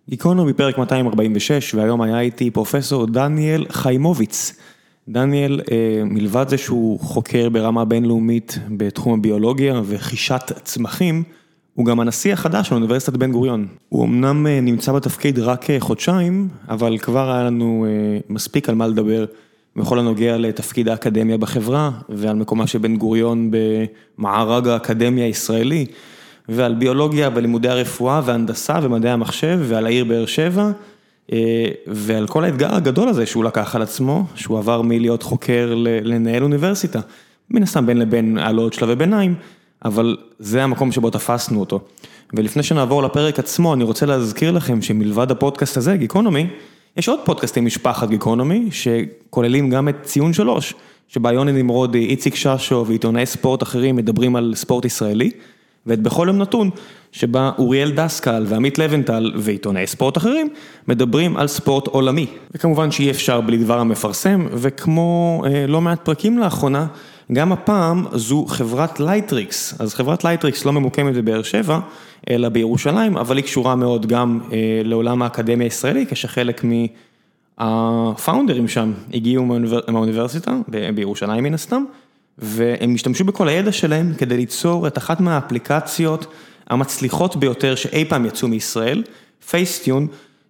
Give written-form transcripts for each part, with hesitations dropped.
גיקונומי פרק 246, והיום היה איתי פרופסור דניאל חיימוביץ. דניאל, מלבד זה שהוא חוקר ברמה בינלאומית בתחום הביולוגיה וחישת צמחים, הוא גם הנשיא החדש של אוניברסיטת בן גוריון. הוא אמנם נמצא בתפקיד רק חודשיים, אבל כבר היה לנו מספיק על מה לדבר בכל הנוגע לתפקיד האקדמיה בחברה, ועל מקומה של בן גוריון במערג האקדמיה הישראלי, ועל ביולוגיה ולימודי הרפואה והנדסה ומדעי המחשב, ועל העיר באר שבע, ועל כל האתגר הגדול הזה שהוא לקח על עצמו, שהוא עבר מלהיות חוקר לנהל אוניברסיטה. מן הסתם בין לבין היה לו עוד שלבי ביניים, אבל זה המקום שבו תפסנו אותו. ולפני שנעבור לפרק עצמו, אני רוצה להזכיר לכם שמלבד הפודקאסט הזה, גיקונומי, יש עוד פודקאסטים משפחת גיקונומי, שכוללים גם את ציון 3, שבה יוני נמרוד, איציק ששו ועיתונאי ספורט אחרים מדברים על ספורט ישראלי, ואת בכל יום נתון, שבה אוריאל דסקל ועמית לבנטל ועיתונאי ספורט אחרים, מדברים על ספורט עולמי. וכמובן שאי אפשר בלי דבר המפרסם, וכמו לא מעט פרקים לאחרונה, גם הפעם זו חברת לייטריקס. אז חברת לייטריקס לא ממוקמת בבאר שבע, אלא בירושלים, אבל היא קשורה מאוד גם לעולם האקדמיה הישראלי, כשחלק מהפאונדרים שם הגיעו מהאוניברסיטה, בירושלים מן הסתם, והם השתמשו בכל הידע שלהם כדי ליצור את אחת מהאפליקציות המצליחות ביותר שאי פעם יצאו מישראל, פייסטיון,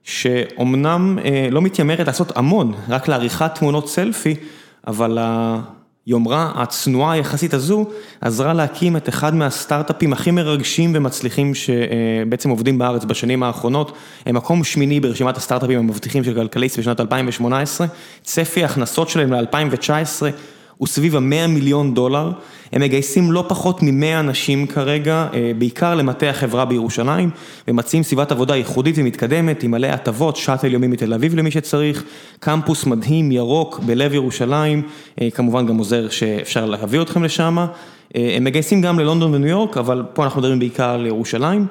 שאומנם לא מתיימרת לעשות המון, רק לעריכת תמונות סלפי, אבל היומרה הצנועה היחסית הזו, עזרה להקים את אחד מהסטארט-אפים הכי מרגשים ומצליחים שבעצם עובדים בארץ בשנים האחרונות, הם מקום שמיני ברשימת הסטארט-אפים המבטיחים של כלכליסט בשנת 2018, צפי ההכנסות שלהם ל-2019, הוא סביב $100 מיליון, הם מגייסים לא פחות מ100 אנשים כרגע, בעיקר למטה החברה בירושלים, ומציעים סביבת עבודה ייחודית ומתקדמת, עם מלא הטבות, שאטל יומי מתל אביב למי שצריך, קמפוס מדהים, ירוק, בלב ירושלים, כמובן גם עוזר שאפשר להביא אתכם לשם, הם מגייסים גם ללונדון וניו יורק, אבל פה אנחנו מדברים בעיקר לירושלים,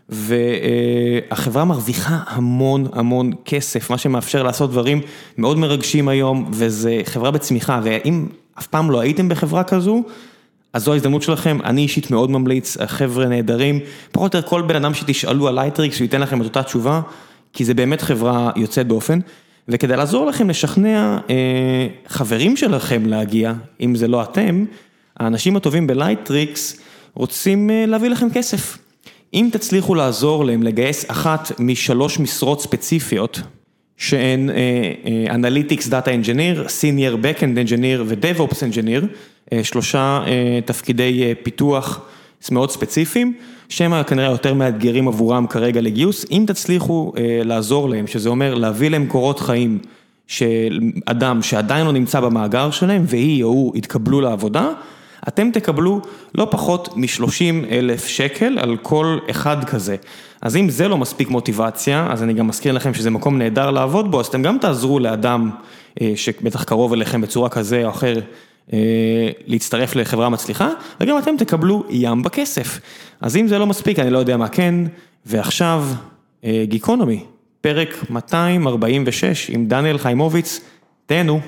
והחברה מרוויחה המון כסף, מה שמאפשר לעשות דברים מאוד מרגשים היום, וזה חברה בצמיחה, ואם אף פעם לא הייתם בחברה כזו, אז זו ההזדמנות שלכם, אני אישית מאוד ממליץ, החבר'ה נהדרים, פחות או יותר כל בן אדם שתשאלו על לייטריקס, הוא ייתן לכם את אותה תשובה, כי זה באמת חברה יוצאת באופן, וכדי לעזור לכם לשכנע חברים שלכם להגיע, אם זה לא אתם, האנשים הטובים בלייטריקס רוצים להביא לכם כסף. אם תצליחו לעזור להם לגייס אחת משלוש משרות ספציפיות, שהן Analytics Data Engineer, Senior Backend Engineer ו-DevOps Engineer, שלושה תפקידי פיתוח מאוד ספציפיים, שהם כנראה יותר מאתגרים עבורם כרגע לגיוס, אם תצליחו לעזור להם, שזה אומר להביא להם קורות חיים של אדם שעדיין לא נמצא במאגר שלהם, והיא או הוא יתקבלו לעבודה, אתם תקבלו לא פחות מ-30,000 שקל על כל אחד כזה. אז אם זה לא מספיק מוטיבציה, אז אני גם מזכיר לכם שזה מקום נהדר לעבוד בו, אז אתם גם תעזרו לאדם שבטח קרוב אליכם בצורה כזה או אחר, להצטרף לחברה מצליחה, וגם אתם תקבלו ים בכסף. אז אם זה לא מספיק, אני לא יודע מה כן, ועכשיו גיקונומי, פרק 246 עם דניאל חיימוביץ, תהנו.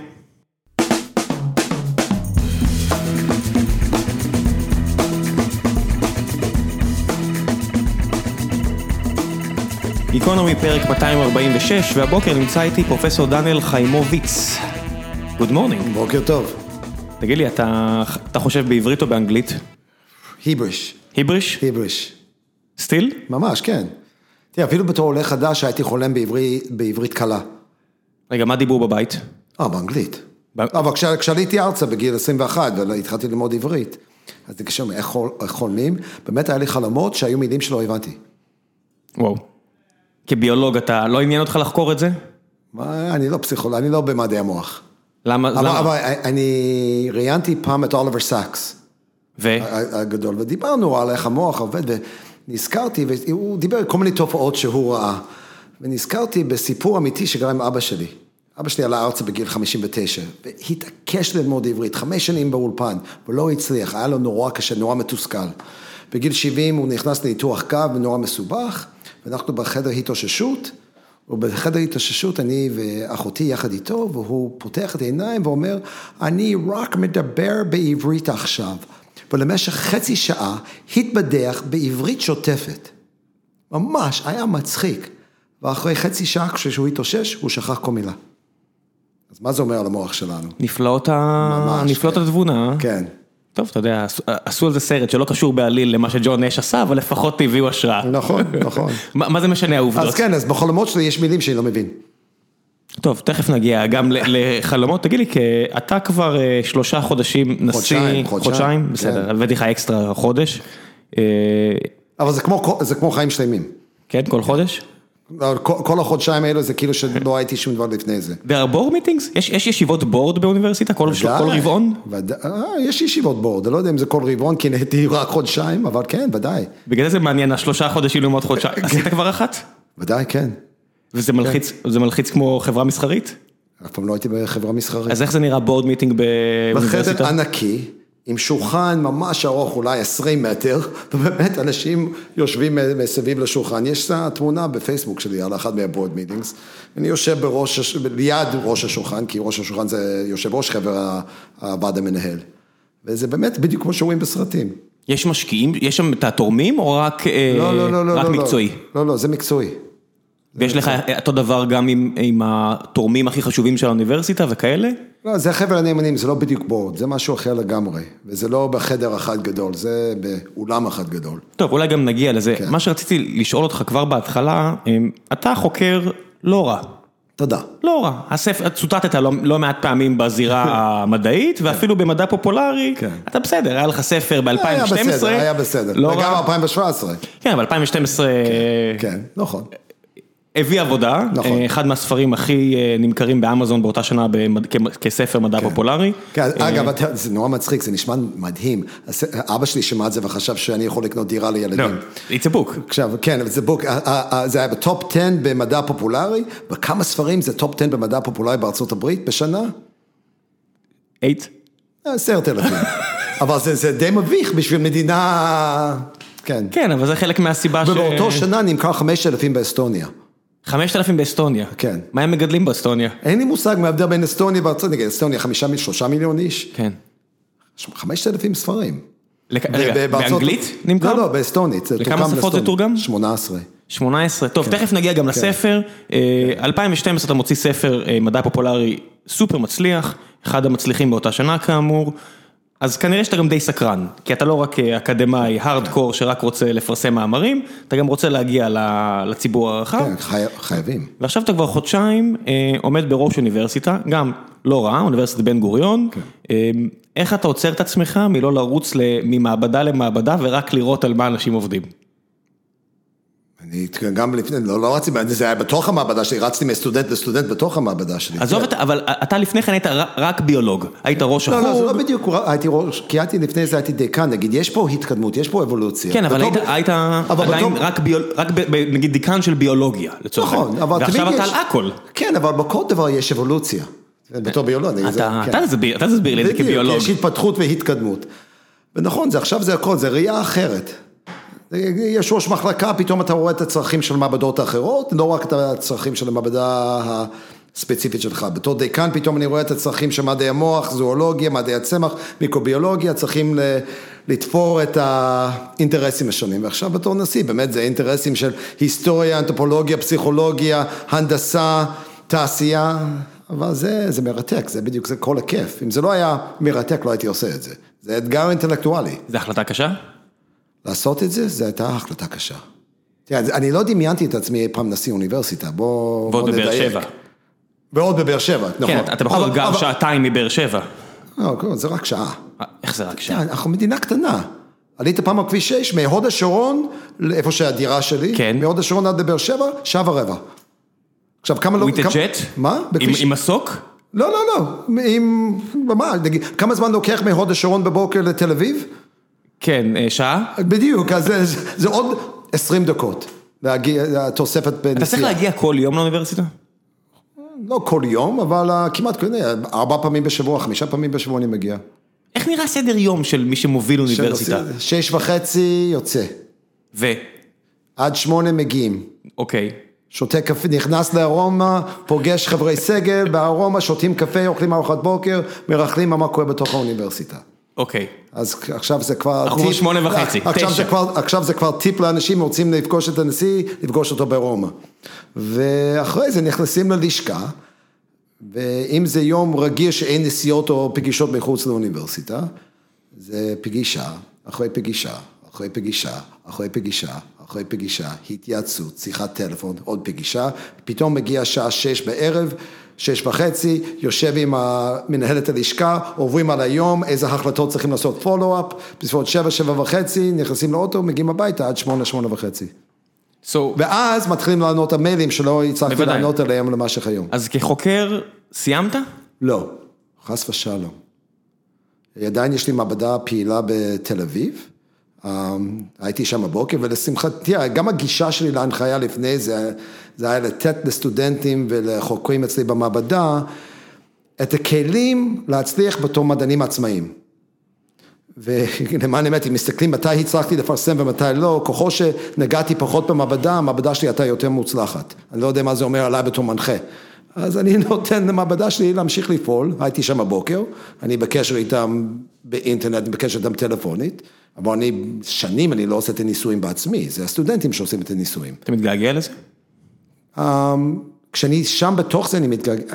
גיקונומי פרק 246, והבוקר נמצא איתי פרופסור דניאל חיימוביץ. Good morning. בוקר טוב. תגיד לי, אתה חושב בעברית או באנגלית? היבריש. היבריש? היבריש. סטיל? ממש, כן. תראה, אפילו בתור עולה חדש הייתי חולם בעברית קלה. רגע, מה דיברו בבית? באנגלית. אבל כשעליתי ארצה בגיל 21, והתחלתי ללמוד עברית, אז תקשור, איך חולמים? באמת היה לי חלומות שהיו מילים שלא הבנתי. וואו. כביולוג, אתה לא עניין אותך לחקור את זה? אני לא פסיכולוג, אני לא במדעי המוח. למה? אבל אני ראיינתי פעם את אוליבר סאקס. הגדול, ודיברנו על איך המוח עובד, ונזכרתי, והוא דיבר כל מיני תופעות שהוא ראה, ונזכרתי בסיפור אמיתי שקרה עם אבא שלי. אבא שלי עלה ארצה בגיל 59, והתעקש ללמוד עברית, 5 שנים באולפן, ולא הצליח, היה לו נורא קשה, נורא מתוסכל. בגיל 70 הוא נכנס לניתוח קו, ונורא מסובך, ואנחנו בחדר התאוששות, ובחדר התאוששות אני ואחותי יחד איתו, והוא פותח את העיניים ואומר, אני רק מדבר בעברית עכשיו, ולמשך חצי שעה התבדח בעברית שוטפת. ממש, היה מצחיק. ואחרי חצי שעה כשהוא התאושש, הוא שכח כל מילה. אז מה זה אומר על המוח שלנו? נפלאות התבונה. כן. טוב, אתה יודע, עשו על זה סרט שלא קשור בעליל למה שג'ון נש עשה, אבל לפחות הביאו השראה. נכון, נכון. מה זה משנה העובדות? אז כן, אז בחלומות שלי יש מילים שאני לא מבין. טוב, תכף נגיע גם לחלומות, תגיד לי, כי אתה כבר 3 חודשים נשיא, חודשיים, בסדר, הבאתי לך אקסטרה חודש. אבל זה כמו חיים שלמים. כן, כל חודש? כל החודשיים האלו זה כאילו שלא הייתי שום דבר לפני זה. There are board meetings? יש ישיבות בורד באוניברסיטה כל רבעון? יש ישיבות בורד, אני לא יודע אם זה כל רבעון, כי נהייתי רק חודשיים, אבל כן, ודאי. בגלל זה מעניין, 3 חודשים לעומת חודשיים. עשית כבר אחת? ודאי, כן. וזה מלחיץ כמו חברה מסחרית? אף פעם לא הייתי בחברה מסחרית. אז איך זה נראה בורד מיטינג באוניברסיטה? בחדר ענקי, עם שולחן ממש ארוך, אולי 20 מטר, ובאמת אנשים יושבים מסביב לשולחן. יש תמונה בפייסבוק שלי על אחד מהבורד מיטינגס, אני יושב ליד ראש השולחן, כי ראש השולחן זה יושב ראש חבר הוועד המנהל. וזה באמת בדיוק כמו שרואים בסרטים. יש משקיעים? יש שם את התורמים או רק מקצועי? לא, זה מקצועי. ויש לך אותו דבר גם עם התורמים הכי חשובים של האוניברסיטה וכאלה? לא, זה חבר הנאמנים, זה לא בדיוק בורד, זה משהו אחר לגמרי, וזה לא בחדר אחד גדול, זה באולם אחד גדול. טוב, אולי גם נגיע לזה. כן. מה שרציתי לשאול אותך כבר בהתחלה, אתה חוקר לא רע. תודה. לא רע. הספר, צוטטת לא מעט פעמים בזירה המדעית, ואפילו במדע פופולרי, אתה בסדר, היה לך ספר ב-2012. היה בסדר, וגם 2017. כן, ב-2012... כן, נכון. הביא עבודה, אחד מהספרים הכי נמכרים באמזון באותה שנה כספר מדע פופולרי. אגב, זה נורא מצחיק, זה נשמע מדהים. אבא שלי שמע את זה וחשב שאני יכול לקנות דירה לילדים. It's a book. עכשיו, כן, זה בוק, זה היה בטופ 10 במדע פופולרי, וכמה ספרים זה טופ 10 במדע פופולרי בארצות הברית בשנה? 8? 10,000. אבל זה די מביך בשביל מדינה... כן. כן, אבל זה חלק מהסיבה ובאותו שנה נמכר 5,000 באסטוניה. 5,000 באסטוניה? כן. מה הם מגדלים באסטוניה? אין לי מושג מה ההבדל בין אסטוניה וארצות, נגיד, אסטוניה 3 מיליון איש. כן. 5,000 ספרים. רגע, באנגלית נמכר? לא, באסטונית. לכמה שפות זה תורגם? 18. 18, טוב, תכף נגיע גם לספר. 2012 אתה מוציא ספר מדע פופולרי סופר מצליח, אחד המצליחים באותה שנה כאמור. אז כנראה שאתה גם די סקרן, כי אתה לא רק אקדמאי, הארדקור שרק רוצה לפרסם מאמרים, אתה גם רוצה להגיע לציבור הרחב. כן, חייבים. ועכשיו אתה כבר חודשיים עומד בראש אוניברסיטה, גם לא רע, אוניברסיטת בן גוריון. איך אתה עוצר את עצמך מלא לרוץ ממעבדה למעבדה ורק לראות על מה אנשים עובדים? אני גם לפני, לא רציתי, זה היה בתוך המעבדה שלי, רצתי מסטודנט לסטודנט בתוך המעבדה שלי. עזוב, אבל אתה לפני כן היית רק ביולוג, היית ראש החוג. לא, זה לא בדיוק, הייתי ראש, כי הייתי לפני זה הייתי דיקן, נגיד, יש פה התקדמות, יש פה אבולוציה. כן, אבל היית עדיין רק נגיד דיקן של ביולוגיה, לצורך העניין. ועכשיו אתה על הכל. כן, אבל בכל דבר יש אבולוציה. בתור ביולוג. אתה תסביר לי את זה כביולוג. יש התפתחות והתקדמות. ונכון, עכשיו זה הכל, זה ראייה אחרת. יש ראש מחלקה, פתאום אתה רואה את הצרכים של מעבדות האחרות, לא רק את הצרכים של המעבדה הספציפית שלך. בתור דיקן פתאום אני רואה את הצרכים של מדעי המוח, זואולוגיה, מדעי הצמח, מיקרוביולוגיה, צריכים לתפור את האינטרסים השונים. ועכשיו בתור נשיא, באמת זה אינטרסים של היסטוריה, אנתרופולוגיה, פסיכולוגיה, הנדסה, תעשייה, אבל זה מרתק, זה בדיוק, זה כל הכיף. אם זה לא היה מרתק, לא הייתי עושה את זה. זה אתגר אינטלקטואלי. זה החלטה קשה? לעשות את זה, זו הייתה החלטה קשה. תראה, אני לא דמיינתי את עצמי פעם נשיא אוניברסיטה, בוא נדייק. ועוד בבאר שבע. ועוד בבאר שבע, נכון. כן, אתה בכל זאת גר שעתיים מבאר שבע. לא, זה רק שעה. איך זה רק שעה? אנחנו מדינה קטנה. עלית פעם על כביש 6, מהוד השרון, איפה שהדירה שלי, מהוד השרון עד לבאר שבע, 1.25 שעה. עכשיו, כמה לא... with a jet? מה? עם מסוק? לא, כמה זמן לוקח מהוד השרון בבוקר לתל אביב? כן, שעה? בדיוק, אז זה עוד 20 דקות, להגיע, תוספת בנסיעה. אתה צריך להגיע כל יום לאוניברסיטה? לא כל יום, אבל כמעט 4 פעמים בשבוע, 5 פעמים בשבוע אני מגיע. איך נראה סדר יום של מי שמוביל אוניברסיטה? 6:30 יוצא. עד 8 מגיעים. אוקיי. שותה קפה, נכנס לארומה, פוגש חברי סגל, בארומה שותים קפה, אוכלים ארוחת בוקר, מרחלים מה קורה בתוך האוניברסיטה. אוקיי. אז עכשיו זה כבר... אנחנו 8:30, 9. עכשיו זה כבר טיפ לאנשים רוצים לפגוש את הנשיא, לפגוש אותו בארומה. ואחרי זה נכנסים ללשכה, ואם זה יום רגיל שאין נסיעות או פגישות מחוץ לאוניברסיטה, זה פגישה, אחרי פגישה, אחרי פגישה, אחרי פגישה, אחרי פגישה, התייעצות, שיחת טלפון, עוד פגישה, פתאום מגיע שעה 6 בערב, 6:30, יושב עם מנהלת הלשכה, עוברים על היום, איזה החלטות צריכים לעשות פולו-אפ, בסביבות 7:30, נכנסים לאוטו, מגיעים הביתה עד 8:30. ואז מתחילים לענות המיילים שלא הצלחתי לענות עליהם למשך היום. אז כחוקר סיימת? לא, חס ושלום. עדיין יש לי מעבדה פעילה בתל אביב, הייתי שם בבוקר, ולשמחתי, גם הגישה שלי להנחיה לפני זה היה לתת לסטודנטים ולחוקרים אצלי במעבדה, את הכלים להצליח בתור מדענים עצמאיים. ולמען האמת, אם מסתכלים מתי הצלחתי לפרסם ומתי לא, ככל שנגעתי פחות במעבדה, המעבדה שלי הייתה יותר מוצלחת. אני לא יודע מה זה אומר עליי בתור מנחה. אז אני נותן למעבדה שלי להמשיך לפעול, הייתי שם בבוקר, אני בקשר איתם באינטרנט, בקשר איתם טלפונית, אבל שנים אני לא עושה את הניסויים בעצמי, זה הסטודנטים שעושים את הניסויים. אתה מתגעגע לזה? כשאני שם בתוך זה אני מתגעגע.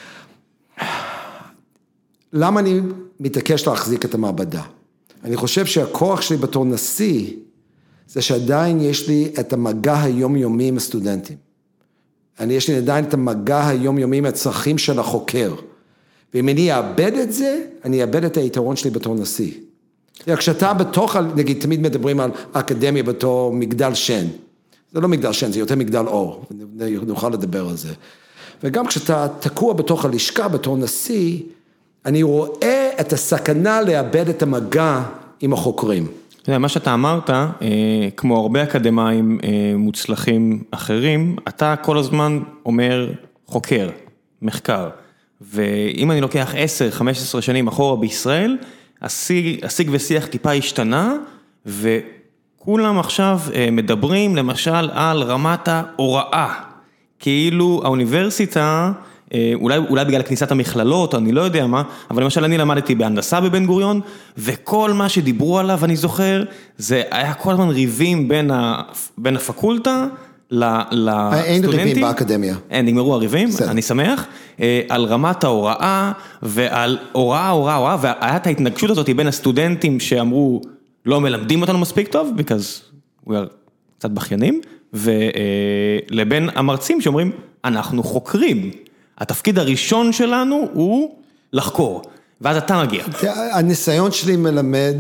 למה אני מתעקש להחזיק את המעבדה? אני חושב שהכוח שלי בתור נשיא, זה שעדיין יש לי את המגע היומיומי עם הסטודנטים. יש לי עדיין את המגע היומיומי עם הצרכים של החוקר. ואם אני אאבד את זה, אני אאבד את היתרון שלי בתור נשיא. כשאתה בתוך, נגיד, תמיד מדברים על אקדמיה בתור מגדל שן. זה לא מגדל שן, זה יותר מגדל אור. נוכל לדבר על זה. וגם כשאתה תקוע בתוך הלשכה בתור נשיא, אני רואה את הסכנה לאבד את המגע עם החוקרים. מה שאתה אמרת, כמו הרבה אקדמיים מוצלחים אחרים, אתה כל הזמן אומר חוקר, מחקר, ואם אני לוקח 10-15 שנים אחורה בישראל, השיג ושיח טיפה השתנה, וכולם עכשיו מדברים למשל על רמת ההוראה, כאילו האוניברסיטה, אולי בגלל כניסת המכללות, אני לא יודע מה, אבל למשל אני למדתי בהנדסה בבן גוריון, וכל מה שדיברו עליו, אני זוכר, זה היה כל הזמן ריבים בין הפקולטה לסטודנטים. אין ריבים באקדמיה. אין, נגמרו הריבים, אני שמח, על רמת ההוראה, ועל הוראה, והיה את ההתנגשות הזאת בין הסטודנטים שאמרו, לא מלמדים אותנו מספיק טוב, because we are קצת בכיינים, ולבין המרצים שאומרים, אנחנו חוקרים. התפקיד הראשון שלנו הוא לחקור, ואז אתה מגיע. הניסיון שלי מלמד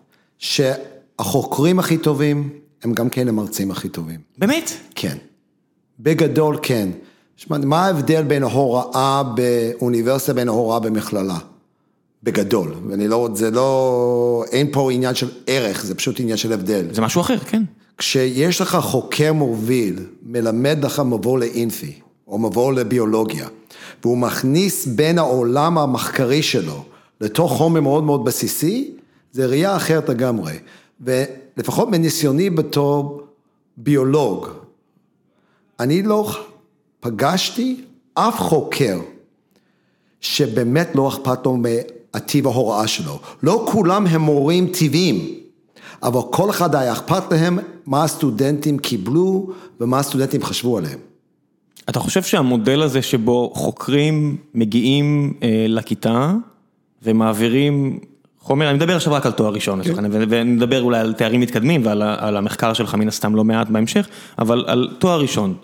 שהחוקרים הכי טובים, הם גם כן המרצים הכי טובים. באמת? כן. בגדול כן. מה ההבדל בין ההוראה באוניברסיטה, בין ההוראה במכללה? בגדול. זה לא, אין פה עניין של ערך, זה פשוט עניין של הבדל. זה משהו אחר, כן. כשיש לך חוקר מוביל, מלמד לך מבוא לאינפי, או מבוא לביולוגיה, והוא מכניס בין העולם המחקרי שלו, לתוך חומר מאוד מאוד בסיסי, זה ראייה אחרת לגמרי. ולפחות מניסיוני בתור ביולוג, אני לא פגשתי אף חוקר, שבאמת לא אכפת לו מעתיב ההוראה שלו. לא כולם הם מורים טבעיים, אבל כל אחד היה אכפת להם מה הסטודנטים קיבלו, ומה הסטודנטים חשבו עליהם. אתה חושב שהמודל הזה שבו חוקרים מגיעים לכיתה ומעבירים חומר, אני מדבר עכשיו רק על תואר ראשון, ונדבר אולי על תארים מתקדמים ועל המחקר שלך מן הסתם לא מעט בהמשך, אבל על תואר ראשון,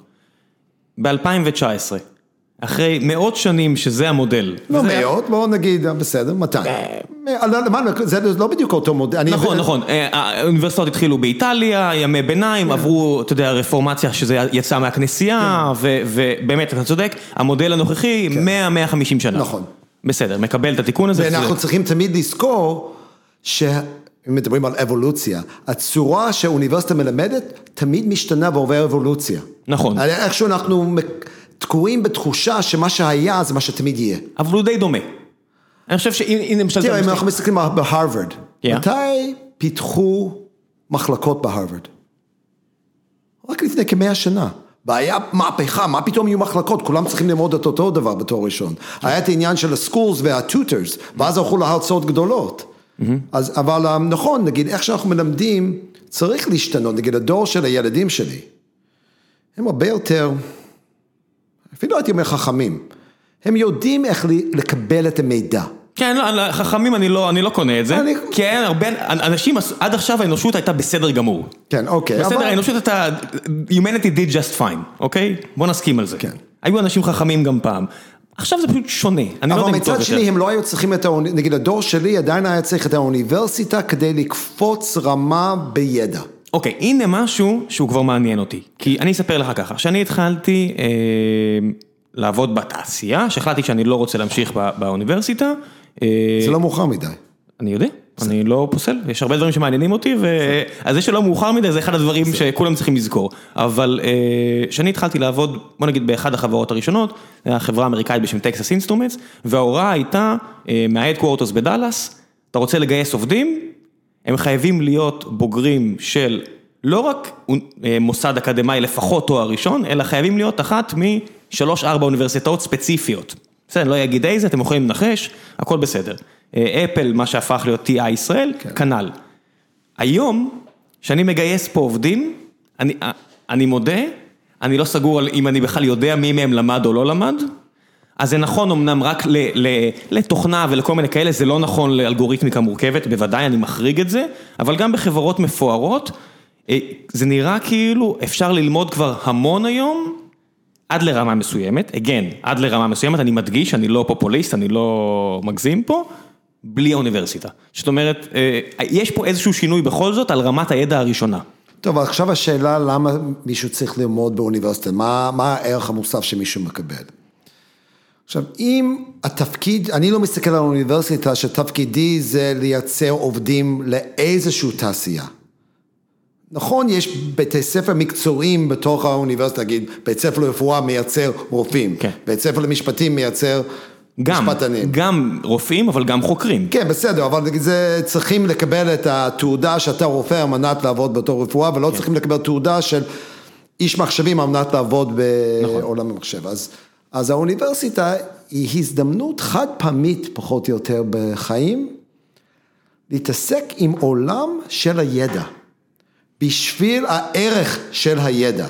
ב-2019, אחרי מאות שנים שזה המודל. לא מאות, בואו נגיד, בסדר, 200. זה לא בדיוק אותו מודל. נכון, האוניברסיטאות התחילו באיטליה, ימי ביניים, עברו, אתה יודע, רפורמציה שזה יצא מהכנסייה, ובאמת, אתה צודק, המודל הנוכחי, 100-150 שנה. נכון. בסדר, מקבל את התיקון הזה. ואנחנו צריכים תמיד לזכור, שמדברים על אבולוציה, הצורה שהאוניברסיטה מלמדת, תמיד משתנה ועובר אבולוציה. נכון. איכשהו אנחנו תקועים בתחושה שמה שהיה זה מה שתמיד יהיה. אבל הוא די דומה. אני חושב שהנה למשל... תראה, אם אנחנו מסתכלים בהרווארד, מתי פיתחו מחלקות בהרווארד? רק לפני כ100 שנה. והיה מהפכה, מה פתאום יהיו מחלקות? כולם צריכים ללמוד את אותו דבר בתור ראשון. היה את העניין של הסקולס והטוטרס, ואז הלכו להרצאות גדולות. אבל נכון, נגיד, איך שאנחנו מלמדים, צריך להשתנות, נגיד, הדור של הילדים שלי, הם הרבה יותר, אפילו הייתי אומר חכמים, הם יודעים איך לקבל את המידע. כן, חכמים אני לא קונה את זה, כי אין הרבה, אנשים, עד עכשיו האנושות הייתה בסדר גמור. כן, אוקיי. בסדר, האנושות הייתה, humanity did just fine, אוקיי? בוא נסכים על זה. כן. היו אנשים חכמים גם פעם. עכשיו זה פשוט שונה. אבל מצד שני, הם לא היו צריכים נגיד הדור שלי עדיין היה צריך את האוניברסיטה כדי לקפוץ רמה בידע. אוקיי, הנה משהו שהוא כבר מעניין אותי. כי אני אספר לך ככה, שאני התחלתי לעבוד בתעשייה, שהחלטתי שאני לא רוצה להמשיך באוניברסיטה. זה לא מאוחר מדי. אני יודע, אני לא פוסל, יש הרבה דברים שמעניינים אותי, אז זה שלא מאוחר מדי זה אחד הדברים שכולם צריכים לזכור. אבל שאני התחלתי לעבוד, בוא נגיד באחד החברות הראשונות, החברה האמריקאית בשם טקסס אינסטרומנטס, וההוראה הייתה מה-headquarters בדלס, אתה רוצה לגייס עובדים, הם חייבים להיות בוגרים של לא רק מוסד אקדמי לפחות תואר ראשון, אלא חייבים להיות אחת מ3-4 אוניברסיטאות ספציפיות. בסדר, לא יגיד איזה, אתם יכולים לנחש, הכל בסדר. אפל, מה שהפך להיות TI ישראל, כנ"ל. היום, שאני מגייס פה עובדים, אני מודה, אני לא סגור על אם אני בכלל יודע מי מהם למד או לא למד, אז זה נכון אמנם רק לתוכנה ולכל מיני כאלה, זה לא נכון לאלגוריתמיקה מורכבת, בוודאי אני מחריג את זה, אבל גם בחברות מפוארות, זה נראה כאילו אפשר ללמוד כבר המון היום, עד לרמה מסוימת, עד לרמה מסוימת, אני מדגיש, אני לא פופוליסט, אני לא מגזים פה, בלי האוניברסיטה. זאת אומרת, יש פה איזשהו שינוי בכל זאת על רמת הידע הראשונה. טוב, עכשיו השאלה למה מישהו צריך ללמוד באוניברסיטה, מה הערך המוסף שמישהו מקבל? עכשיו, אם התפקיד, אני לא מסתכל על האוניברסיטה, שתפקידי זה לייצר עובדים לאיזשהו תעשייה. נכון, יש בתי ספר מקצועיים בתוך האוניברסיטה, נגיד, בית ספר לרפואה מייצר רופאים, בית ספר למשפטים מייצר משפטנים. גם רופאים, אבל גם חוקרים. כן, בסדר, אבל זה צריכים לקבל את התעודה שאתה רופא על מנת לעבוד בתור רפואה, ולא צריכים לקבל תעודה של איש מחשבים על מנת לעבוד בעולם המחשב. אז האוניברסיטה היא הזדמנות חד פעמית, פחות או יותר בחיים, להתעסק עם עולם של הידע. בשביל הערך של הידע.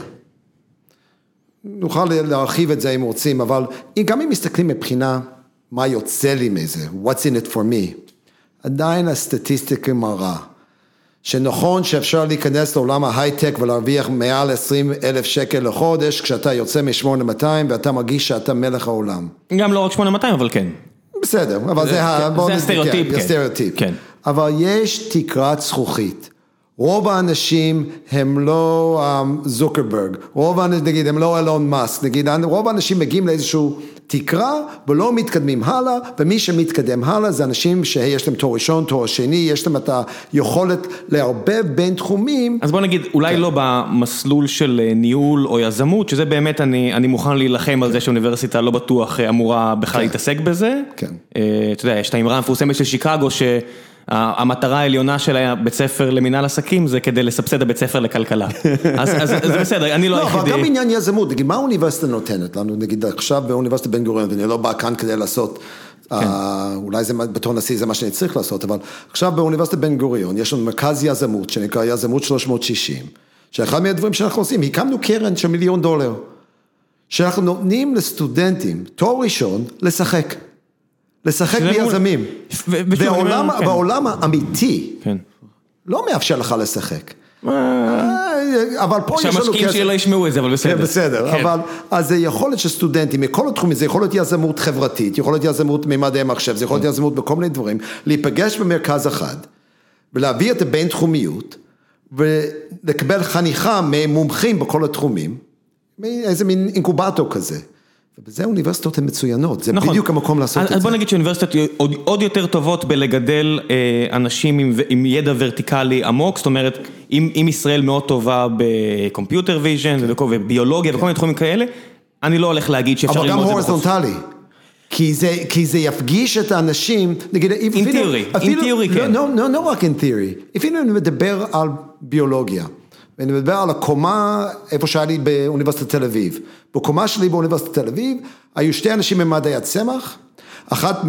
נוכל להרחיב את זה אם רוצים, אבל גם אם מסתכלים מבחינה, מה יוצא לי מזה, what's in it for me, עדיין הסטטיסטיקה מראה, שנכון שאפשר להיכנס לעולם ההייטק ולהרוויח מעל 20,000 שקל לחודש, כשאתה יוצא מ-8200 ואתה מרגיש שאתה מלך העולם. גם לא רק 8200, אבל כן. בסדר, אבל זה הסטריאוטיפ, כן. אבל יש תקרת זכוכית. רוב האנשים הם לא זוקרברג, נגיד, הם לא אילון מאסק, נגיד, רוב האנשים מגיעים לאיזשהו תקרה ולא מתקדמים הלאה, ומי שמתקדם הלאה זה אנשים שיש להם תואר ראשון, תואר שני, יש להם את היכולת לערבב בין תחומים. אז בוא נגיד, אולי לא במסלול של ניהול או יזמות, שזה באמת אני מוכן להילחם על זה שאוניברסיטה לא בטוח אמורה בכלל להתעסק בזה. כן. אתה יודע, יש את האמרה המפורסמת של שיקגו המטרה העליונה של בית ספר למנהל עסקים זה כדי לסבסד הבית ספר לכלכלה. אז זה בסדר, אני לא היחידי. אבל גם עניין יזמות, נגיד, מה האוניברסיטה נותנת לנו? נגיד, עכשיו באוניברסיטת בן גוריון, ואני לא בא כאן כדי לעשות, אולי זה בתור נשיא זה מה שאני צריך לעשות, אבל עכשיו באוניברסיטת בן גוריון, יש לנו מרכז יזמות, שנקרא יזמות 360, שאחד מהדברים שאנחנו עושים, הקמנו קרן של $1,000,000, שאנחנו נותנים לסטודנטים, תואר ראשון, לשחק ביזמים. בעולם האמיתי, לא מאפשר לך לשחק. אבל פה יש לנו שהמשקיעים שלי לא ישמעו את זה, אבל בסדר. בסדר, אבל אז זה יכול להיות שסטודנטים, מכל התחומים, זה יכול להיות יזמות חברתית, יכול להיות יזמות ממדעי המחשב, זה יכול להיות יזמות בכל מיני דברים, להיפגש במרכז אחד, ולהביא את הבין תחומיות, ולקבל חניכה ממומחים בכל התחומים, איזה מין אינקובטור כזה. ובזה האוניברסיטות הן מצוינות, זה בדיוק המקום לעשות את זה. אז בוא נגיד שאוניברסיטות עוד יותר טובות בלגדל אנשים עם ידע ורטיקלי עמוק, זאת אומרת, אם ישראל מאוד טובה בקומפיוטר ויז'ן וביולוגיה וכל מיני תחומים כאלה, אני לא הולך להגיד שאפשר ללמוד את זה בחוץ. אבל גם הורזונטלי, כי זה יפגיש את האנשים, נגיד, in theory, כן. לא רק in theory, אפילו אני מדבר על ביולוגיה. ואני מדבר על הקומה, איפה שהיה לי באוניברסיטת תל אביב. בקומה שלי באוניברסיטת תל אביב, היו שתי אנשים ממדעי הצמח, אחת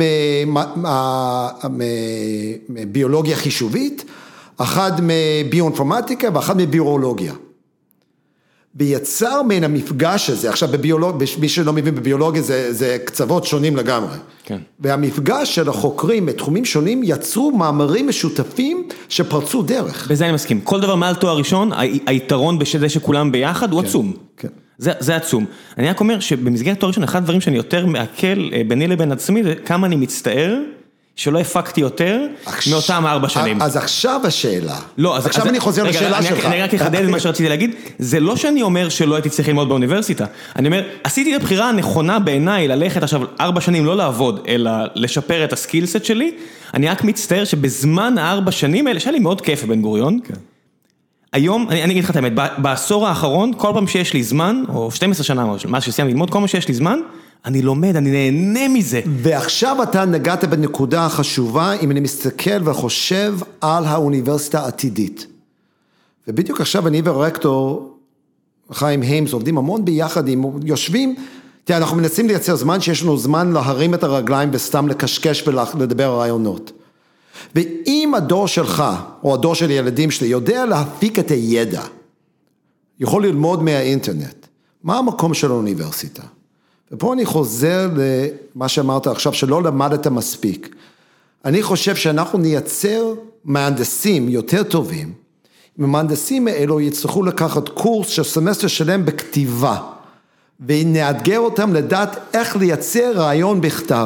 מביולוגיה חישובית, אחת מביואינפורמטיקה, ואחת מביולוגיה. ויצר מן המפגש הזה, עכשיו מי שלא מבין בביולוגיה זה קצוות שונים לגמרי. כן. והמפגש של החוקרים בתחומים שונים יצרו מאמרים משותפים שפרצו דרך. בזה אני מסכים. כל דבר מעל תואר ראשון, היתרון בזה שכולם ביחד הוא עצום. כן. זה עצום. אני רק אומר שבמסגרת תואר ראשון, אחד הדברים שאני יותר מעכל ביני לבין עצמי, זה כמה אני מצטער שלא הפקתי יותר מאותם 4 שנים. אז עכשיו השאלה. לא, עכשיו אני חוזר לשאלה שלך. אני רק אחדד את מה שרציתי להגיד. זה לא שאני אומר שלא הייתי צריך ללמוד באוניברסיטה. אני אומר, עשיתי את הבחירה הנכונה בעיניי ללכת עכשיו 4 שנים לא לעבוד, אלא לשפר את הסקילסט שלי. אני רק מצטער שבזמן 4 שנים האלה, שהיה לי מאוד כיף בבן גוריון. היום, אני אגיד לך את האמת, בעשור האחרון, כל פעם שיש לי זמן, או 12 שנה, או מה שסיימתי ללמוד, כל פעם שיש לי זמן, אני לומד, אני נהנה מזה. ועכשיו אתה נגעת בנקודה חשובה, אם אני מסתכל וחושב על האוניברסיטה העתידית. ובדיוק עכשיו אני ורקטור, חיים היימס, עובדים המון ביחד, יושבים, תראה, אנחנו מנסים לייצר זמן, שיש לנו זמן להרים את הרגליים, וסתם לקשקש ולדבר רעיונות. ואם הדור שלך, או הדור של ילדים שלי, יודע להפיק את הידע, יכול ללמוד מהאינטרנט, מה המקום של האוניברסיטה? ופה אני חוזר למה שאמרת עכשיו, שלא למדת מספיק. אני חושב שאנחנו נייצר מהנדסים יותר טובים, ומהנדסים האלו יצטרכו לקחת קורס של סמסטר שלם בכתיבה, ונאתגר אותם לדעת איך לייצר רעיון בכתב,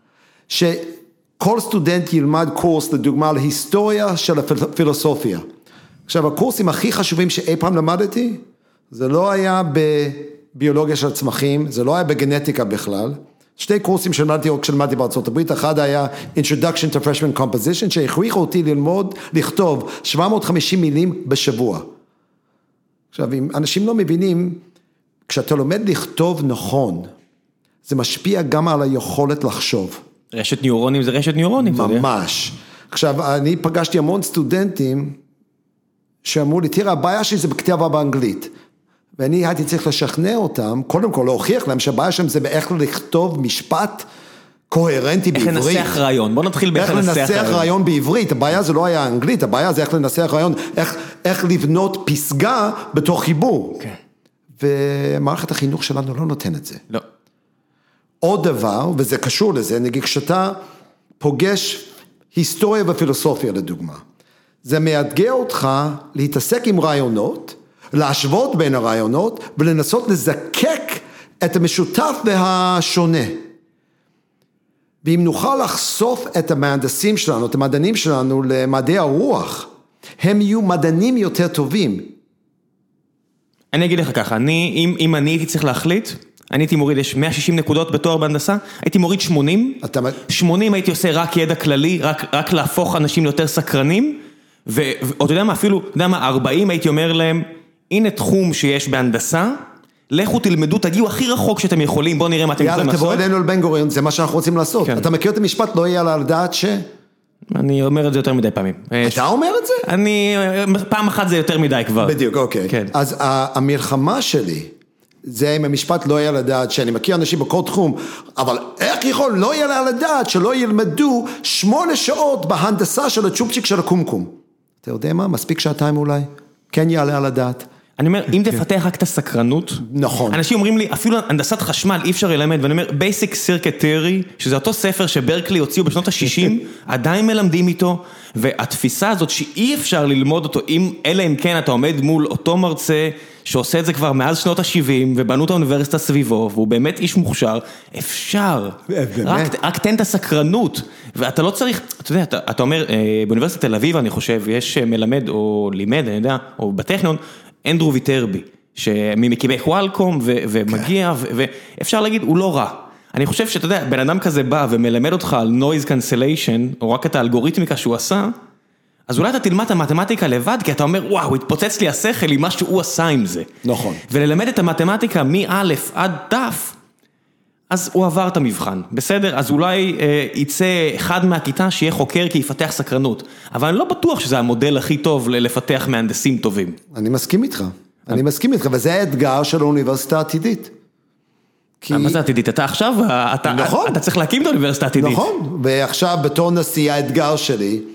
שכל סטודנט ילמד קורס, לדוגמה, להיסטוריה של הפילוסופיה. עכשיו, הקורסים הכי חשובים שאי פעם למדתי, זה לא היה ביולוגיה של צמחים, זה לא היה בגנטיקה בכלל, 2 קורסים שלמדתי או כשלמדתי בארצות הברית, אחד היה Introduction to Freshman Composition, שהכריחו אותי ללמוד, לכתוב 750 מילים בשבוע. עכשיו, אם אנשים לא מבינים, כשאתה לומד לכתוב נכון, זה משפיע גם על היכולת לחשוב. רשת ניורונים זה רשת ניורונים. ממש. עכשיו, אני פגשתי המון סטודנטים, שאמרו לי, תראה, הבעיה שלי זה בכתיבה באנגלית. ואני הייתי צריך לשכנע אותם, קודם כל להוכיח להם שהבעיה שלהם זה באיך לכתוב משפט קוהרנטי בעברית. איך לנסח רעיון, בוא נתחיל באיך לנסח רעיון בעברית, הבעיה זה לא היה אנגלית, הבעיה זה איך לנסח רעיון, איך לבנות פסגה בתוך חיבור. כן. ומערכת החינוך שלנו לא נותן את זה. לא. עוד דבר, וזה קשור לזה, נגיד כשאתה פוגש היסטוריה ופילוסופיה לדוגמה, זה מאתגר אותך להתעסק עם רעיונות, להשוות בין הרעיונות, ולנסות לזקק את המשותף והשונה. ואם נוכל לחשוף את המהנדסים שלנו, את המדענים שלנו, למדעי הרוח, הם יהיו מדענים יותר טובים. אני אגיד לך ככה, אם אני הייתי צריך להחליט, אני הייתי מוריד, יש 160 נקודות בתואר בהנדסה, הייתי מוריד 80, 80 הייתי עושה רק ידע כללי, רק להפוך אנשים ליותר סקרנים, ואתה יודע מה, אפילו, אתה יודע מה, 40 הייתי אומר להם, הנה תחום שיש בהנדסה, לכו תלמדו, תגיעו הכי רחוק שאתם יכולים, בואו נראה מה אתם יכולים לעשות. יאללה, תבוא אלינו לבן גוריון, זה מה שאנחנו רוצים לעשות. אתה מכיר את המשפט, לא יהיה על הדעת ש... אני אומר את זה יותר מדי פעמים. אתה אומר את זה? פעם אחת זה יותר מדי כבר. בדיוק, אוקיי. אז המלחמה שלי, זה עם המשפט לא יהיה על הדעת, שאני מכיר אנשים בכל תחום, אבל איך יכול לא יהיה על הדעת שלא ילמדו 8 שעות בהנדסה של הצ'ופצ'יק של הקומקום? אתה יודע מה? מספיק 2 אולי? כן יעלה על הדעת. אני אומר, אם תפתח רק את הסקרנות, נכון. אנשים אומרים לי, אפילו הנדסת חשמל אי אפשר ללמד, ואני אומר, Basic Circuit Theory, שזה אותו ספר שברקלי הוציאו בשנות ה-60, עדיין מלמדים איתו, והתפיסה הזאת שאי אפשר ללמוד אותו, אלא אם כן אתה עומד מול אותו מרצה, שעושה את זה כבר מאז שנות ה-70, ובנו את האוניברסיטה סביבו, והוא באמת איש מוכשר, אפשר. רק תן את הסקרנות, ואתה לא צריך, אתה יודע, אתה אומר, באוניברסיטת תל אביב, אני חושב, יש מלמד, או לימד, אני יודע, או בטכניון, אנדרו ויטרבי, שממקימי קואלקום ומגיע, ואפשר להגיד, הוא לא רע. אני חושב שאתה יודע, בן אדם כזה בא ומלמד אותך על noise cancellation, או רק את האלגוריתמיקה שהוא עשה, אז אולי אתה תלמד את המתמטיקה לבד, כי אתה אומר, וואו, התפוצץ לי השכל עם מה שהוא עשה עם זה. נכון. וללמד את המתמטיקה מאלף עד תף, אז הוא עבר את המבחן, בסדר? אז אולי יצא אחד מהכיתה שיהיה חוקר כי יפתח סקרנות, אבל אני לא בטוח שזה המודל הכי טוב לפתח מהנדסים טובים. אני מסכים איתך, וזה האתגר של האוניברסיטה העתידית. מה זה עתידית? אתה עכשיו, אתה צריך להקים את האוניברסיטה העתידית. נכון, ועכשיו בתור נשיא האתגר שלי,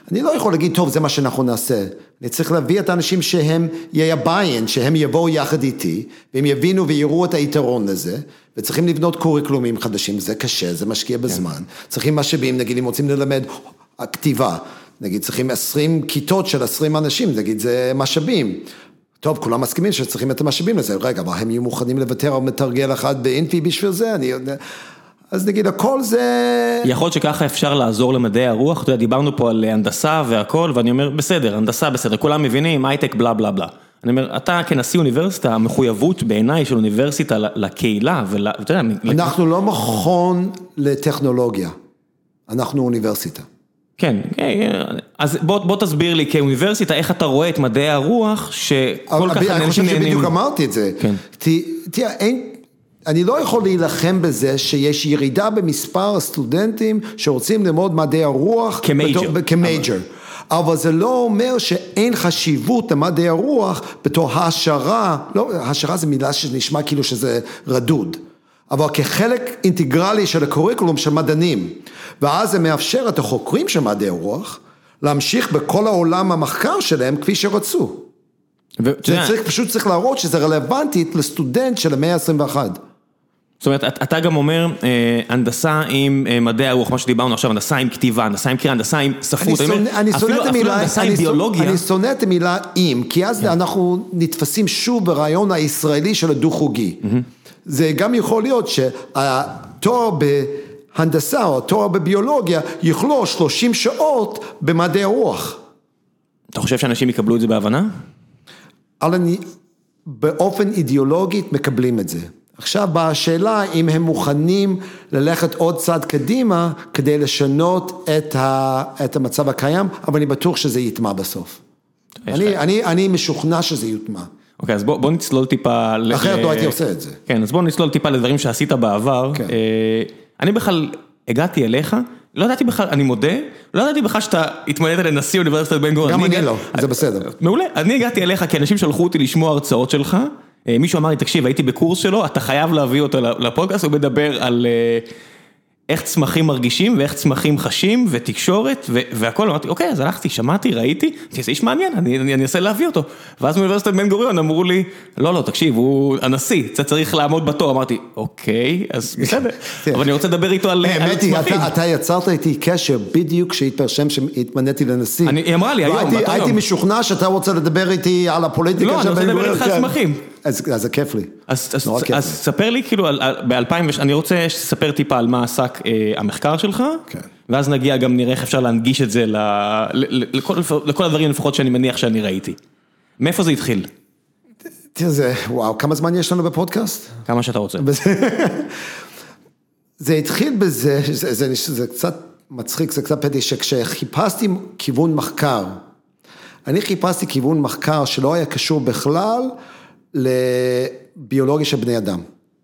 אני לא יכול להגיד, טוב, זה מה שאנחנו נעשה. אני צריך להביא את האנשים שהם יהיה ביין, שהם יבואו יחד איתי, והם יבינו ויראו את היתרון לזה, וצריכים לבנות קוריקלומים חדשים, זה קשה, זה משקיע בזמן. צריכים משאבים, נגיד, אם רוצים ללמד הכתיבה, נגיד, צריכים 20 כיתות של 20 אנשים, נגיד, זה משאבים. טוב, כולם מסכימים שצריכים את המשאבים לזה. רגע, אבל הם יהיו מוכנים לוותר על מתרגל אחד באינפי בשביל זה? אז נגיד, הכל זה... יכול להיות שככה אפשר לעזור למדעי הרוח, אתה יודע, דיברנו פה על הנדסה והכל, ואני אומר, בסדר, הנדסה בסדר, כולם מבינים, הייטק, בלה בלה בלה. אני אומר, אתה כנשיא אוניברסיטה, המחויבות בעיניי של אוניברסיטה לקהילה, ואתה יודע... אנחנו לא מכון לטכנולוגיה, אנחנו אוניברסיטה. כן, אז בוא תסביר לי כאוניברסיטה, איך אתה רואה את מדעי הרוח, שכל כך אנשים נהנים... אני חושב שבדיוק אמרתי את זה. תראה, אני לא יכול להילחם בזה שיש ירידה במספר הסטודנטים שרוצים ללמוד מדעי הרוח כמייג'ר. אבל זה לא אומר שאין חשיבות למדעי הרוח בתור העשרה, לא, העשרה זה מילה שנשמע כאילו שזה רדוד, אבל כחלק אינטגרלי של הקוריקולום של מדענים, ואז זה מאפשר את החוקרים של מדעי הרוח להמשיך בכל העולם המחקר שלהם כפי שרצו. פשוט צריך להראות שזה רלוונטית לסטודנט של המאה ה-21. זאת אומרת, אתה גם אומר, הנדסה עם מדעי הרוח, מה שדיברנו עכשיו, הנדסה עם כתיבה, הנדסה עם קריאה, הנדסה עם ספרות, אפילו הנדסה עם ביולוגיה. אני שונא את המילה עם, כי אז אנחנו נתפסים שוב ברעיון הישראלי של הדו-חוגי. זה גם יכול להיות שהתואר בהנדסה או התואר בביולוגיה יכלול 30 שעות במדעי הרוח. אתה חושב שאנשים יקבלו את זה בהבנה? באופן אידיאולוגית מקבלים את זה. עכשיו בשאלה אם הם מוכנים ללכת עוד צעד קדימה כדי לשנות את המצב הקיים, אבל אני בטוח שזה יטמע בסוף. אני משוכנע שזה יטמע. אוקיי, אז בוא נצלול טיפה... אחרת לא הייתי עושה את זה. כן, אז בוא נצלול טיפה לדברים שעשית בעבר. אני בכלל הגעתי אליך, לא ידעתי בכלל, אני מודה, לא ידעתי בכלל שאתה התמודדת לנשיא אוניברסיטת בן גוריון. גם אני לא, זה בסדר. מעולה, אני הגעתי אליך כי אנשים שלחו אותי לשמוע הרצאות שלך, מישהו אמר לי, תקשיב, הייתי בקורס שלו, אתה חייב להביא אותו לפודקאסט, הוא מדבר על איך צמחים מרגישים, ואיך צמחים חשים, ותקשורת, והכל, אמרתי, אוקיי, אז הלכתי, שמעתי, ראיתי, זה איש מעניין, אני אנסה להביא אותו. ואז מאוניברסיטת בן גוריון אמרו לי, לא, תקשיב, הוא הנשיא, אתה צריך לעמוד בתור. אמרתי, אוקיי, אז בסדר, אבל אני רוצה לדבר איתו על צמחים. אתה יצרת איתי קשר, בדיוק כשהתפרשם שהתמניתי לנשיא. היא אמרה לי, היום, הייתי משוכנע שאתה רוצה לדבר איתי על הפוליטיקה של בן גוריון. לא, אני רוצה לדבר איתך על צמחים. אז זה כיף לי. אז ספר לי, כאילו, אני רוצה שתספר טיפה על מה עסק המחקר שלך, ואז נגיע גם נראה איך אפשר להנגיש את זה לכל הדברים לפחות שאני מניח שאני ראיתי. מאיפה זה התחיל? תראה זה, וואו, כמה זמן יש לנו בפודקאסט? כמה שאתה רוצה. זה התחיל בזה, זה קצת מצחיק, זה קצת פתיח, שכשחיפשתי כיוון מחקר, אני חיפשתי כיוון מחקר שלא היה קשור בכלל לביולוגיה של בני אדם.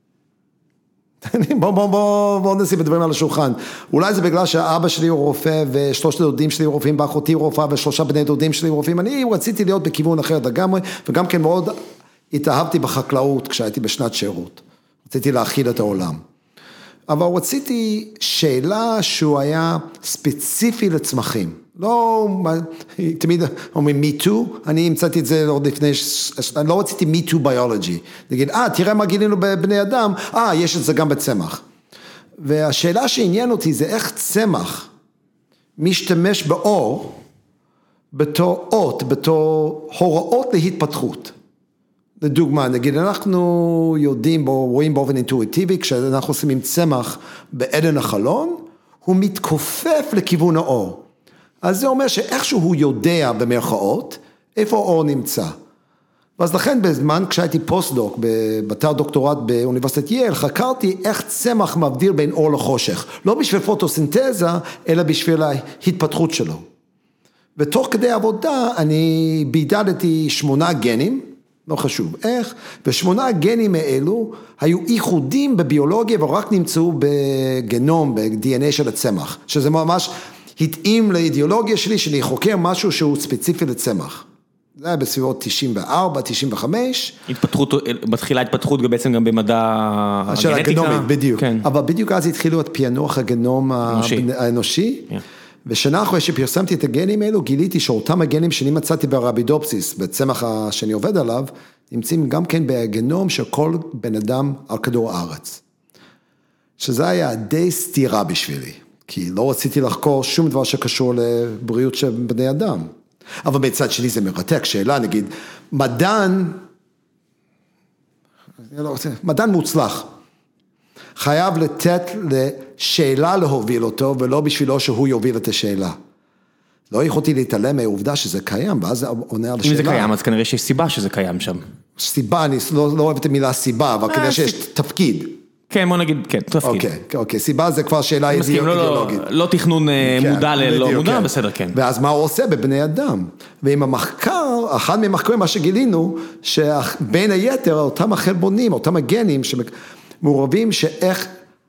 בואו נשים את הדברים על השולחן. אולי זה בגלל שהאבא שלי הוא רופא, ושלושת הדודים שלי רופאים, באחותי רופאה, ושלושה בני דודים שלי רופאים. אני רציתי להיות בכיוון אחר לגמרי, וגם כן מאוד התאהבתי בחקלאות כשהייתי בשנת שירות. רציתי להכיל את העולם. אבל רציתי שאלה שהוא היה ספציפי לצמחים. לא, תמיד אומרים me too, אני המצאתי את זה עוד לפני, אני לא רציתי me too biology. נגיד, תראה מה גילינו בבני אדם, יש את זה גם בצמח. והשאלה שעניין אותי זה איך צמח משתמש באור, בתור אות, בתור הוראות להתפתחות. לדוגמה, נגיד, אנחנו יודעים, רואים באופן אינטואיטיבי, כשאנחנו עושים עם צמח בעדן החלון, הוא מתכופף לכיוון האור. אז זה אומר שאיכשהו הוא יודע במרכאות, איפה האור נמצא. ואז לכן בזמן, כשהייתי פוסט-דוק, בתואר דוקטורט באוניברסיטת יייל, חקרתי איך צמח מבדיל בין אור לחושך. לא בשביל פוטוסינתזה, אלא בשביל ההתפתחות שלו. ותוך כדי עבודה, אני בידדתי 8 גנים, לא חשוב איך, ו8 הגנים האלו היו ייחודים בביולוגיה, ורק נמצאו בגנום, ב-DNA של הצמח, שזה ממש התאים לאידיאולוגיה שלי, שאני חוקר משהו שהוא ספציפי לצמח. זה היה בסביבות 94, 95. מתחילה התפתחות בעצם גם במדע הגנטיקה. של הגנומית, בדיוק. אבל בדיוק אז התחילו את פענוח הגנום האנושי, ושנה אחרי שפרסמתי את הגנים האלו, גיליתי שאותם הגנים שאני מצאתי ברבידופסיס, בצמח שאני עובד עליו, נמצאים גם כן בגנום של כל בן אדם על כדור הארץ. שזה היה די סתירה בשבילי, כי לא רציתי לחקור שום דבר שקשור לבריאות של בני אדם. אבל מצד שני זה מרתק, שאלה נגיד, מדען מוצלח, חייב לתת לשאלה להוביל אותו, ולא בשבילו שהוא יוביל את השאלה. לא יכולתי להתעלם מהעובדה שזה קיים, ואז עונה על השאלה. אם זה קיים, אז כנראה שיש סיבה שזה קיים שם. סיבה, אני לא אוהב את המילה סיבה, אבל כנראה שיש תפקיד. כן, בוא נגיד, כן, תפקיד. אוקיי, סיבה זה כבר שאלה אידיאולוגית. לא תכנון מודע ללא מודע, בסדר, כן. ואז מה הוא עושה בבני אדם? ועם המחקר, אחד ממחקרים, מה שגילינו, שבין היתר, אותם החלבונים, אותם הגנים, שמעורבים שאיך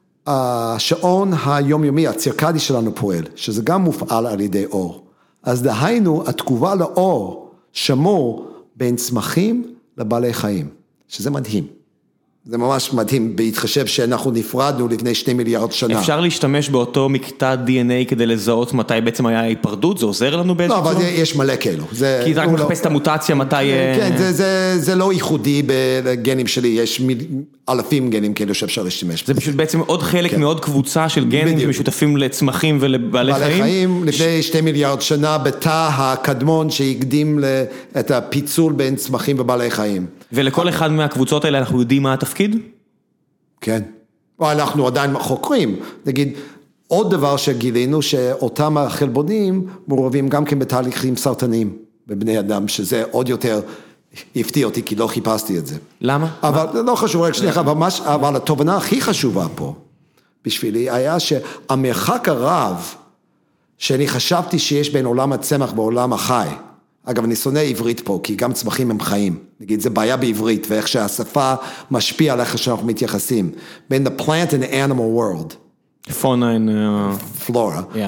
השעון היומיומי, הצירקדי שלנו פועל, שזה גם מופעל על ידי אור. אז דהיינו, התגובה לאור שמור בין צמחים לבעלי חיים, שזה מדהים. זה ממש מדהים, בהתחשב שאנחנו נפרדנו לפני 2 מיליארד שנה. אפשר להשתמש באותו מקטע DNA כדי לזהות מתי בעצם היה היפרדות? זה עוזר לנו באיזשהו? לא, אבל יש מלא כאלו. כי אתה רק מחפש את המוטציה, מתי... כן, זה לא ייחודי בגנים שלי, יש אלפים גנים כאלו שאפשר להשתמש. זה פשוט בעצם עוד חלק מעוד קבוצה של גנים שמשותפים לצמחים ולבעלי חיים? בעלי חיים, לפני 2 מיליארד שנה, בתא הקדמון שהקדים את הפיצול בין צמחים ובעלי חיים. ולכל אחד מהקבוצות האלה אנחנו יודעים מה התפקיד? כן. אנחנו עדיין חוקרים. נגיד, עוד דבר שגילינו, שאותם החלבונים מעורבים גם כן בתהליכים סרטניים בבני אדם, שזה עוד יותר הפתיע אותי, כי לא חיפשתי את זה. למה? אבל לא חשוב, רק שנייה, אבל התובנה הכי חשובה פה, בשבילי, היה שהמרחק הרב, שאני חשבתי שיש בין עולם הצמח ועולם החי, אגב, אני שונא עברית פה, כי גם צמחים הם חיים. נגיד, זה בעיה בעברית, ואיך שהשפה משפיעה על איך שאנחנו מתייחסים. בין the plant and animal world. Fauna and... Flora.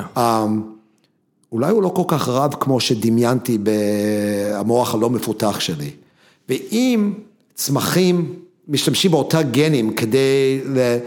אולי הוא לא כל כך רב כמו שדמיינתי במוח הלא מפותח שלי. ואם צמחים משתמשים באותה גנים כדי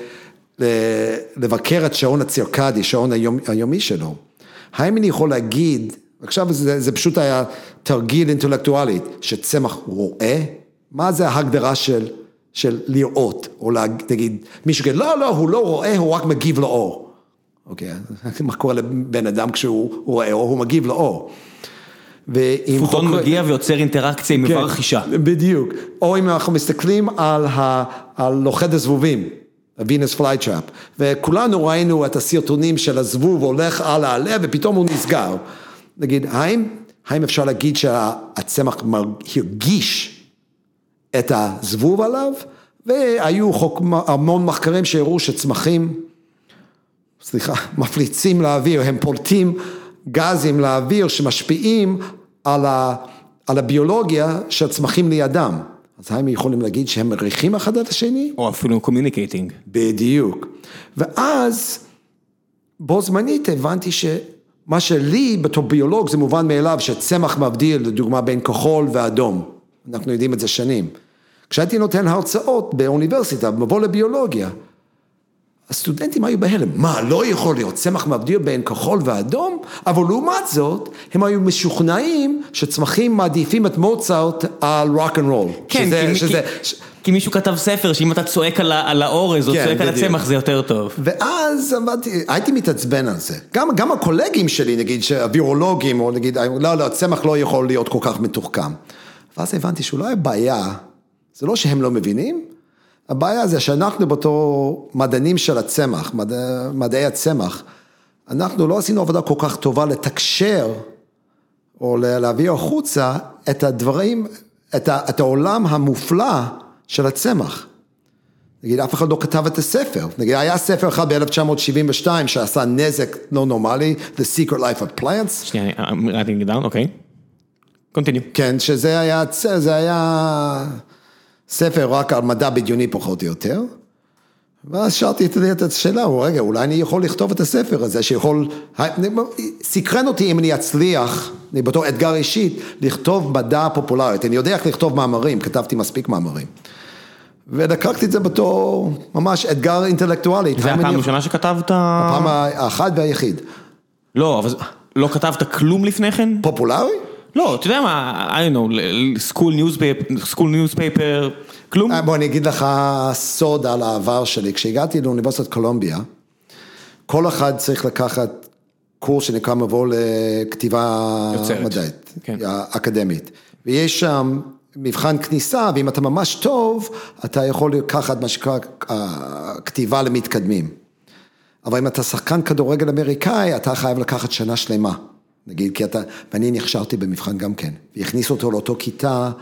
לבקר את שעון הצירקדי, שעון היומי שלו, האם אני יכול להגיד... עכשיו זה פשוט היה תרגיל אינטלקטואלית, שצמח רואה, מה זה ההגדרה של לראות, או להגיד, מישהוגיד, לא, הוא לא רואה, הוא רק מגיב לאור. אוקיי, מה קורה לבן אדם כשהוא רואה אור, הוא מגיב לאור. פוטון מגיע ויוצר אינטראקציה עם איבר חישה. בדיוק, או אם אנחנו מסתכלים על לוכד הזבובים, ה-Venus Flytrap, וכולנו ראינו את הסרטונים של הזבוב הולך על העלה, ופתאום הוא נסגר. נגיד, האם אפשר להגיד שהצמח הרגיש את הזבוב עליו, והיו המון מחקרים שהראו שצמחים, מפליצים לאוויר, הם פולטים גזים לאוויר שמשפיעים על הביולוגיה של צמחים לידם. אז האם יכולים להגיד שהם מריחים אחד את השני? או אפילו communicating. בדיוק. ואז, בו זמנית הבנתי מה שלי בתור ביולוג זה מובן מאליו שצמח מבדיל לדוגמה בין כחול ואדום. אנחנו יודעים את זה שנים. כשהייתי נותן הרצאות באוניברסיטה, מבוא לביולוגיה, הסטודנטים היו בהלם. מה, לא יכול להיות צמח מבדיל בין כחול ואדום? אבל לעומת זאת, הם היו משוכנעים שצמחים מעדיפים את מוצרט על רוק אנד רול. כן, כי מישהו כתב ספר שאם אתה צועק על האורז או צועק על הצמח זה יותר טוב. ואז הייתי מתעצבן על זה. גם הקולגים שלי, נגיד, הווירולוגים, או נגיד, לא, הצמח לא יכול להיות כל כך מתוחכם. ואז הבנתי שאולי הבעיה, זה לא שהם לא מבינים, הבעיה זה שאנחנו בתור מדענים של הצמח, מדעי הצמח, אנחנו לא עשינו עבודה כל כך טובה לתקשר, או להביא החוצה את הדברים, את העולם המופלא של הצמח. נגיד, אף אחד לא כתב את הספר. נגיד, היה ספר אחד ב-1972 שעשה נזק לא נורמלי, The Secret Life of Plants. שנייה, writing it down, אוקיי. Continue. כן, שזה היה ספר רק על מדע בדיוני פחות או יותר. ואז שאלתי את השאלה, רגע, אולי אני יכול לכתוב את הספר הזה, שיכול, סקרן אותי אם אני אצליח, אני בתור אתגר אישית, לכתוב מדע פופולרית. אני יודע איך לכתוב מאמרים, כתבתי מספיק מאמרים. ולקחתי את זה בתור ממש אתגר אינטלקטואלי. זה הפעם ראשונה שכתבת? הפעם האחד והיחיד. לא, אבל לא כתבת כלום לפני כן? פופולרי? לא, אתה יודע מה, I don't know, school newspaper, כלום? בוא אני אגיד לך סוד על העבר שלי. כשהגעתי לאוניברסיטת קולומביה, כל אחד צריך לקחת קורס שנקרא מבוא לכתיבה מדעית, אקדמית. ויש שם מבחן כניסה, ואם אתה ממש טוב, אתה יכול לקחת מה שנקרא כתיבה למתקדמים. אבל אם אתה שחקן כדורגל אמריקאי, אתה חייב לקחת שנה שלמה. נגיד, כי ואני נכשלתי במבחן גם כן. והכניסו אותו לאותו כיתה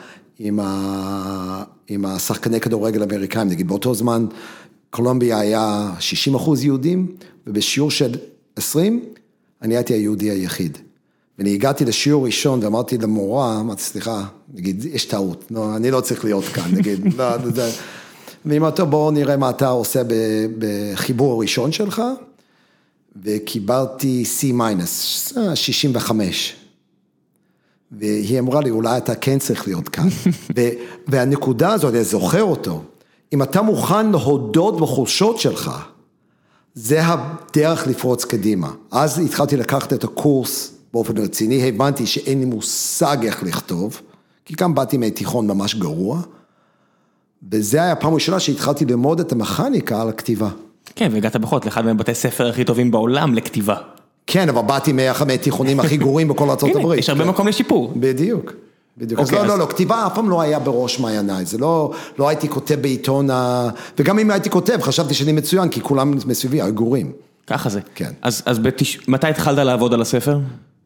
עם השחקני כדורגל אמריקאים. נגיד, באותו זמן, קולומביה היה 60% יהודים, ובשיעור של 20, אני הייתי היהודי היחיד. ואני הגעתי לשיעור ראשון, ואמרתי למורה, אמרתי, סליחה, נגיד, יש טעות, לא, אני לא צריך להיות כאן, נגיד, לא, זה... ואם אתה בואו נראה מה אתה עושה בחיבור הראשון שלך, וקיבלתי C-, 65. והיא אמרה לי, אולי אתה כן צריך להיות כאן. והנקודה הזאת, אני זוכר אותו, אם אתה מוכן להודות בחולשות שלך, זה הדרך לפרוץ קדימה. אז התחלתי לקחת את הקורס באופן רציני, הבנתי שאין לי מושג איך לכתוב, כי גם באתי מתיכון ממש גרוע, וזה היה הפעם ראשונה שהתחלתי ללמוד את המכניקה על הכתיבה. כן, והגעת בכל לאחד מבתי ספר הכי טובים בעולם לכתיבה. כן, אבל באתי מהתיכונים הכי גרועים בכל ארצות הברית. הנה, יש הרבה מקום לשיפור. בדיוק. אז לא, כתיבה אף פעם לא היה בראש מעייניי, זה לא הייתי כותב בעיתון, וגם אם הייתי כותב, חשבתי שאני מצוין, כי כולם מסביבי, היו גרועים. ככה זה. כן. אז מתי התחלת לעבוד על הספר?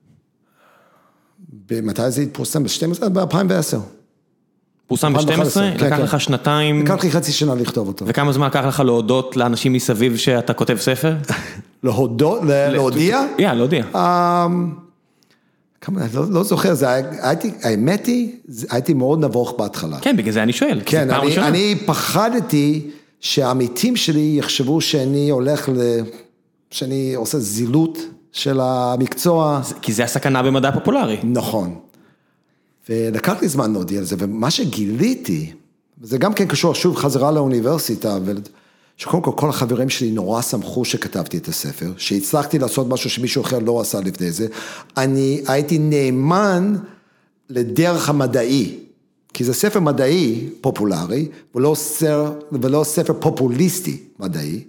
מתי זה התפורסם? ב-2010. פורסם ב-12? לקח לך שנתיים? לקח לי חצי שנה לכתוב אותו. וכמה זמן לקח לך להודות לאנשים מסביב שאתה כותב ספר? להודיע? להודיע. לא זוכר, האמת היא, הייתי מאוד נבוך בהתחלה. כן, בגלל זה אני שואל. כן, אני פחדתי שהעמיתים שלי יחשבו שאני עושה זילות של המקצוע. כי זה הסכנה במדע פופולרי. נכון. ולקח לי זמן להודיע על זה, ומה שגיליתי, וזה גם כן קשור שוב חזרה לאוניברסיטה, שקודם כל החברים שלי נורא שמחו שכתבתי את הספר, שהצלחתי לעשות משהו שמישהו אחר לא עשה לפני זה, אני הייתי נאמן לדרך המדעי, כי זה ספר מדעי פופולרי, ולא ספר פופוליסטי מדעי,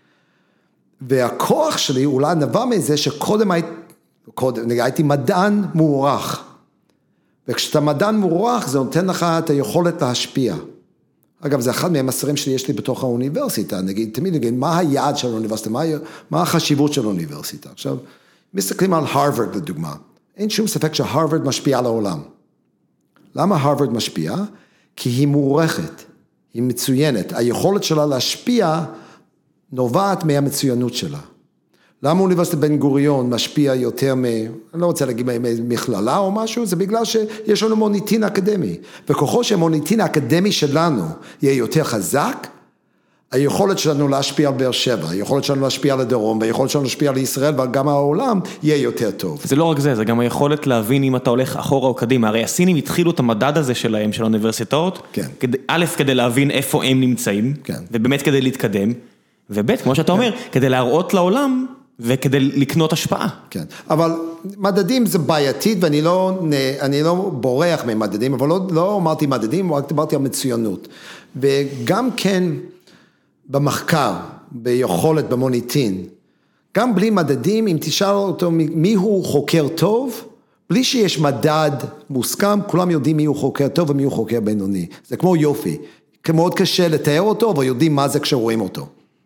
והכוח שלי אולי נבע מזה שקודם הייתי מדען מוערך, וכשאתה מדען מוערך זה נותן לך את היכולת להשפיע. אגב, זה אחד מהמסרים שלי יש לי בתוך האוניברסיטה, תמיד נגיד, מה היעד של האוניברסיטה, מה החשיבות של האוניברסיטה. עכשיו, מסתכלים על הרווארד לדוגמה, אין שום ספק שהרווארד משפיע על העולם. למה הרווארד משפיע? כי היא מוערכת, היא מצוינת, היכולת שלה להשפיע נובעת מהמצוינות שלה. למה אוניברסיטת בן גוריון משפיע יותר אני לא רוצה להגיד מכללה או משהו, זה בגלל שיש לנו מוניטין אקדמי, וככל שהמוניטין האקדמי שלנו יהיה יותר חזק, היכולת שלנו להשפיע על באר שבע, היכולת שלנו להשפיע על הדרום, והיכולת שלנו להשפיע על ישראל וגם העולם, יהיה יותר טוב. זה לא רק זה, זה גם היכולת להבין אם אתה הולך אחורה או קדימה, הרי הסינים התחילו את המדד הזה שלהם, של האוניברסיטאות, כן. א', כדי להבין איפה הם נמצאים, כן. ובאמת כדי להתקדם, וב', כמו שאתה אומר, כדי להראות לעולם, וכדי לקנות השפעה. כן, אבל מדדים זה בעייתית, ואני לא בורח ממדדים, אבל לא אמרתי מדדים, רק דיברתי על מצוינות. וגם כן במחקר, ביכולת, במוניטין, גם בלי מדדים, אם תשאל אותו מי הוא חוקר טוב, בלי שיש מדד מוסכם, כולם יודעים מי הוא חוקר טוב ומי הוא חוקר בינוני. זה כמו יופי, מאוד קשה לתאר אותו, אבל יודעים מה זה כשרואים אותו.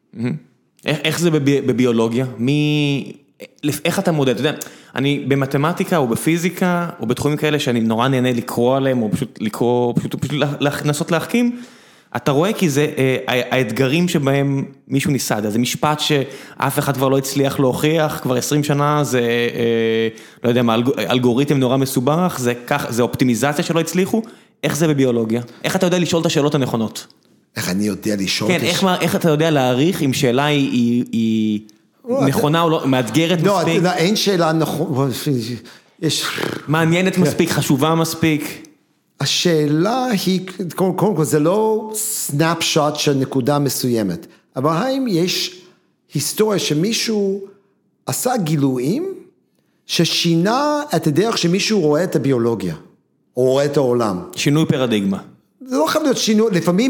איך זה בביולוגיה? איך אתה מודד? אתה יודע, אני במתמטיקה או בפיזיקה או בתחומים כאלה שאני נורא נהנה לקרוא עליהם או פשוט לקרוא, פשוט לנסות להחכים, אתה רואה כי זה האתגרים שבהם מישהו ניסה, זה משפט שאף אחד כבר לא הצליח להוכיח, כבר 20 שנה זה, לא יודע מה, אלגוריתם נורא מסובך, זה אופטימיזציה שלא הצליחו, איך זה בביולוגיה? איך אתה יודע לשאול את השאלות הנכונות? איך אני יודע לשאול? כן, איך אתה יודע להעריך אם שאלה היא נכונה או לא, מאתגרת מספיק? לא, אין שאלה נכונה. מעניינת מספיק, חשובה מספיק. השאלה היא, קודם כל, זה לא סנאפ-שוט של נקודה מסוימת, אבל האם יש היסטוריה שמישהו עשה גילויים ששינה את הדרך שמישהו רואה את הביולוגיה, או רואה את העולם. שינוי פרדיגמה. זה לא חייב להיות שינוי, לפעמים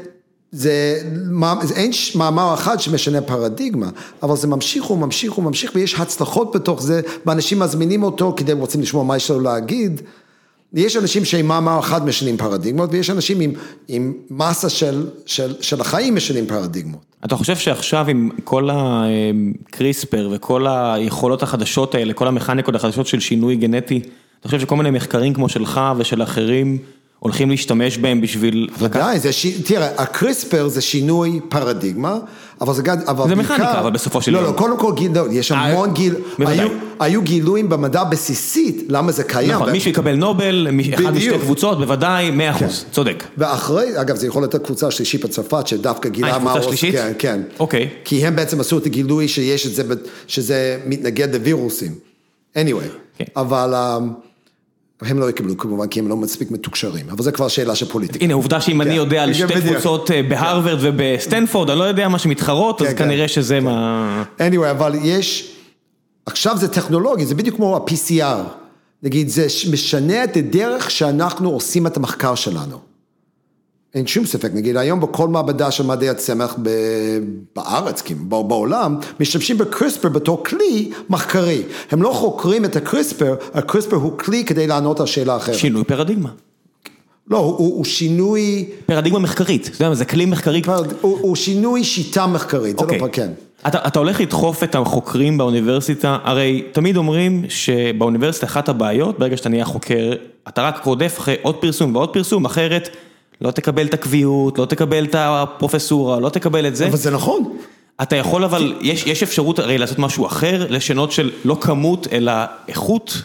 אין מאמר אחד שמשנה פרדיגמה, אבל זה ממשיך וממשיך, ויש הצלחות בתוך זה, ואנשים מזמינים אותו כדי רוצים לשמוע מה יש לו להגיד. יש אנשים שעם מאמר אחד משנים פרדיגמות, ויש אנשים עם מסה של החיים משנים פרדיגמות. אתה חושב שעכשיו עם כל הקריספר וכל היכולות החדשות האלה, כל המכניקות החדשות של שינוי גנטי, אתה חושב שכל מיני מחקרים כמו שלך ושל אחרים הולכים להשתמש בהם בשביל... ודאי, תראה, הקריספר זה שינוי פרדיגמה, אבל זה מכניקה, אבל בסופו של יום. לא, קודם כל, יש המון היו גילויים במדע בסיסית, למה זה קיים. נכון, מישהו יקבל נובל, אחד משתי קבוצות, בוודאי 100%, צודק. ואחרי, אגב, זה יכול להיות הקבוצה השלישית בצרפת, שדווקא גילה מה... קבוצה שלישית? כן. אוקיי. כי הם בעצם עשו את הגילוי שיש את זה, שזה מתנגד לווירוסים. anyway, אבל... הם לא יקבלו כמובן, כי הם לא מספיק מתוקשרים, אבל זה כבר שאלה של פוליטיקה. הנה, עובדה שאם אני יודע על שתי קבוצות בהרווארד ובסטנפורד, אני לא יודע מה שמתחרות, אז כנראה שזה מה... anyway, אבל יש, עכשיו זה טכנולוגי, זה בדיוק כמו ה-PCR, נגיד, זה משנה את הדרך שאנחנו עושים את המחקר שלנו. אין שום ספק, נגיד, היום בכל מעבדה של מדעי הצמח בארץ, בעולם, משתמשים בקריספר בתור כלי מחקרי. הם לא חוקרים את הקריספר, הקריספר הוא כלי כדי לענות על שאלה אחרת. שינוי פרדיגמה. לא, הוא שינוי... פרדיגמה מחקרית, זה כלי מחקרי. הוא שינוי שיטה מחקרית, זה לא פרקן. אתה הולך לדחוף את החוקרים באוניברסיטה, הרי תמיד אומרים שבאוניברסיטה אחת הבעיות, ברגע שאתה נהיה חוקר, אתה רק רודף אחרי עוד פרסום ועוד פרסום, אחרת לא תקבל את הקביעות, לא תקבל את הפרופסורה, לא תקבל את זה. אבל זה נכון. אתה יכול, אבל יש אפשרות הרי לעשות משהו אחר, לשנות של לא כמות, אלא איכות?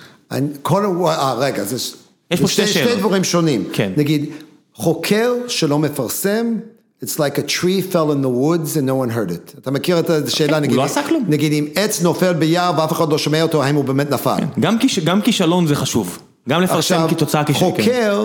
רגע, יש פה שתי דברים שונים. כן. נגיד, חוקר שלא מפרסם, it's like a tree fell in the woods and no one heard it. אתה מכיר את השאלה, נגיד, הוא לא עשה כלום. נגיד, אם עץ נופל ביער ואף אחד לא שומע אותו, האם הוא באמת נפל. גם כישלון זה חשוב. גם לפרסם כתוצאה כישלון. חוקר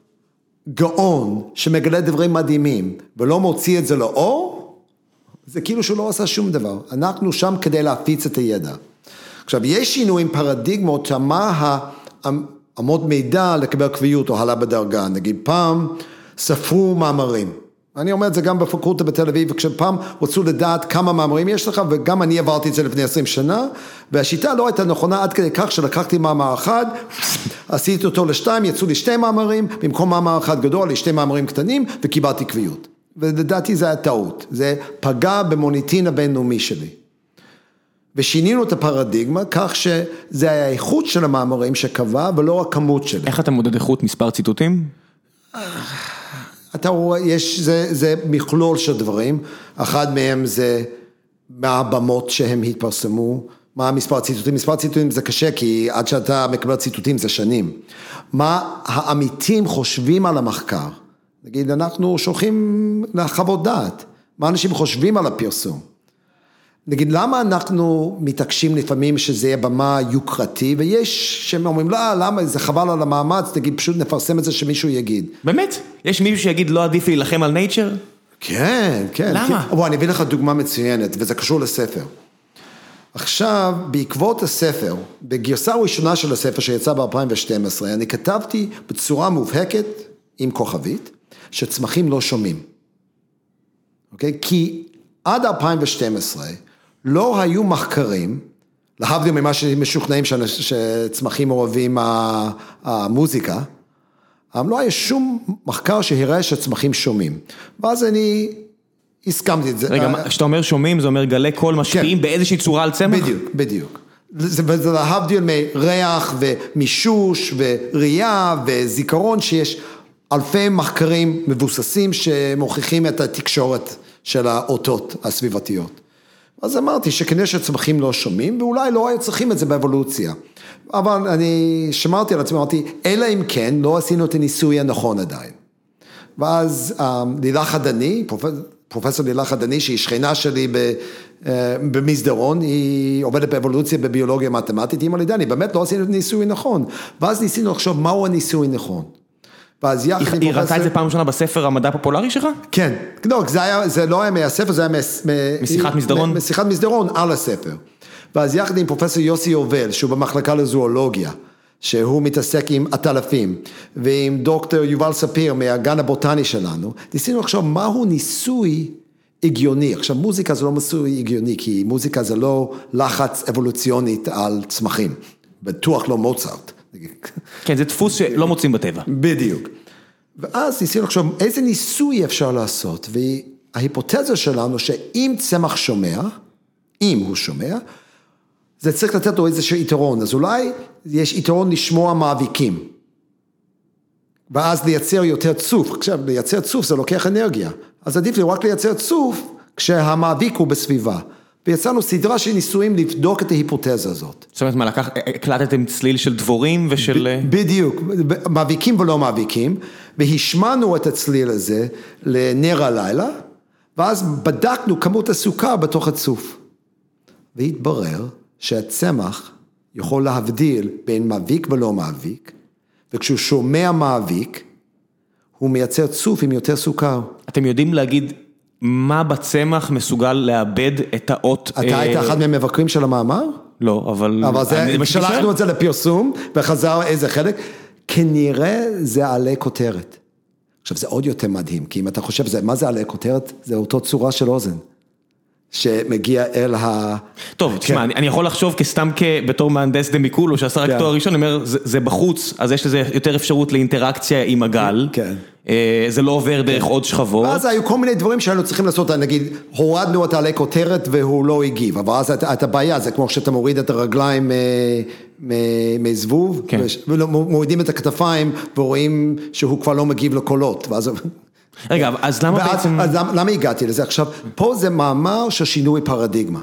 גאון שמגלה דברים מדהימים, ולא מוציא את זה לאור, זה כאילו שהוא לא עשה שום דבר. אנחנו שם כדי להפיץ את הידע. עכשיו, יש שינויים פרדיגמות, מה אמות מידע לקבל קביעות או העלה בדרגה. נגיד, פעם ספרו מאמרים. אני אומר את זה גם בפקולטה בתל אביב, וכשפעם רצו לדעת כמה מאמרים יש לך, וגם אני עברתי את זה לפני 20 שנה, והשיטה לא הייתה נכונה עד כדי כך שלקחתי מאמר אחד, עשיתי אותו לשתיים, יצאו לי 2 מאמרים, במקום מאמר אחד גדול, לי 2 מאמרים קטנים, וקיבלתי קביעות. ולדעתי זה היה טעות, זה פגע במוניטין הבינלאומי שלי. ושינינו את הפרדיגמה, כך שזה היה האיכות של המאמרים שקבע, ולא רק כמות שלי. איך אתה מודד איכות מספר ציטוטים? אתה רואה, זה מכלול של דברים, אחד מהם זה מה הבמות שהם התפרסמו, מה מספר ציטוטים, מספר ציטוטים זה קשה, כי עד שאתה מקבל ציטוטים זה שנים, מה העמיתים חושבים על המחקר, נגיד אנחנו שולחים לחוות דעת, מה אנשים חושבים על הפרסום, נגיד למה אנחנו מתעקשים לפעמים שזה יהיה במה יוקרתי, ויש שהם אומרים לא, למה זה חבל על המאמץ, נגיד פשוט נפרסם את זה שמישהו יגיד. באמת? יש מישהו שיגיד לא עדיף להילחם על נייצ'ר? כן, כן. למה? בוא, אני אביא לך דוגמה מצוינת, וזה קשור לספר. עכשיו, בעקבות הספר, בגרסה הראשונה של הספר שיצא ב-2012, אני כתבתי בצורה מובהקת, עם כוכבית, שצמחים לא שומעים. אוקיי? כי עד 2012, לא היו מחקרים, להבדיל ממה שמשוכנעים שצמחים אוהבים המוזיקה, לא היה שום מחקר שהראה שצמחים שומעים. ואז אני הסכמתי את זה. רגע, כשאתה אומר שומעים, זה אומר גלי קול משפיעים באיזושהי צורה על צמח? בדיוק. זה להבדיל מריח ומישוש וראייה וזיכרון, שיש אלפי מחקרים מבוססים שמוכיחים את התקשורת של האותות הסביבתיות. אז אמרתי שכנראה שצמחים לא שומעים, ואולי לא היו צריכים את זה באבולוציה. אבל אני שמרתי על עצמי, אמרתי, אלא אם כן, לא עשינו את הניסוי הנכון עדיין. ואז לילה חדני, פרופסור לילה חדני, שהיא שכנה שלי במסדרון, היא עובדת באבולוציה בביולוגיה מתמטית, היא אמרה לי, דני, באמת לא עשינו את הניסוי נכון. ואז ניסינו לחשוב מהו הניסוי נכון. היא ראתה את זה פעם ראשונה בספר המדע הפופולרי שלך? כן, לא, זה לא היה מהספר, זה היה משיחת מסדרון? משיחת מסדרון על הספר. ואז יחד עם פרופסור יוסי יובל, שהוא במחלקה לזואולוגיה, שהוא מתעסק עם עטלפים, ועם דוקטור יובל ספיר מהגן הבוטני שלנו, ניסינו לחשוב מהו ניסוי הגיוני. עכשיו, מוזיקה זה לא ניסוי הגיוני, כי מוזיקה זה לא לחץ אבולוציונית על צמחים, בטוח לא מוצרט. כן, זה דפוס שלא מוצאים בטבע. בדיוק. ואז ניסינו לחשוב איזה ניסוי אפשר לעשות, וההיפותזה שלנו שאם צמח שומע, אם הוא שומע, זה צריך לתת לו איזשהו יתרון, אז אולי יש יתרון לשמוע מאביקים, ואז לייצר יותר צוף. עכשיו, לייצר צוף זה לוקח אנרגיה, אז עדיף לי רק לייצר צוף כשהמאביק הוא בסביבה, ויצרנו סדרה של ניסויים לבדוק את ההיפותזה הזאת. זאת אומרת, מה, הקלטתם צליל של דבורים ושל... בדיוק, מאביקים ולא מאביקים, והשמענו את הצליל הזה לנר הלילה, ואז בדקנו כמות הסוכר בתוך הצוף, והתברר שהצמח יכול להבדיל בין מאביק ולא מאביק, וכשהוא שומע מאביק, הוא מייצר צוף עם יותר סוכר. אתם יודעים להגיד מה בצמח מסוגל לאבד את האות... אתה היית אחד מהמבקרים של המאמר? לא, אבל... אבל שלחנו את זה לפרסום, וחזר איזה חלק, כנראה זה עלי כותרת. עכשיו זה עוד יותר מדהים, כי אם אתה חושב, מה זה עלי כותרת? זה אותו צורה של אוזן. שמגיע אל ה... טוב, תשמע, אני יכול לחשוב כסתם בתור מהנדס דמיקולו, שעשה רק תואר ראשון, אני אומר, זה בחוץ, אז יש לזה יותר אפשרות לאינטראקציה עם הגל, זה לא עובר דרך עוד שכבות. ואז היו כל מיני דברים שהיינו צריכים לעשות, נגיד, הורדנו את עלי כותרת והוא לא הגיב, אבל אז את הבעיה, זה כמו שאתה מוריד את הרגליים מזבוב, ומורידים את הכתפיים ורואים שהוא כבר לא מגיב לקולות, ואז... רגע, אז למה בעצם... אז למה הגעתי לזה? עכשיו, פה זה מאמר של שינוי פרדיגמה.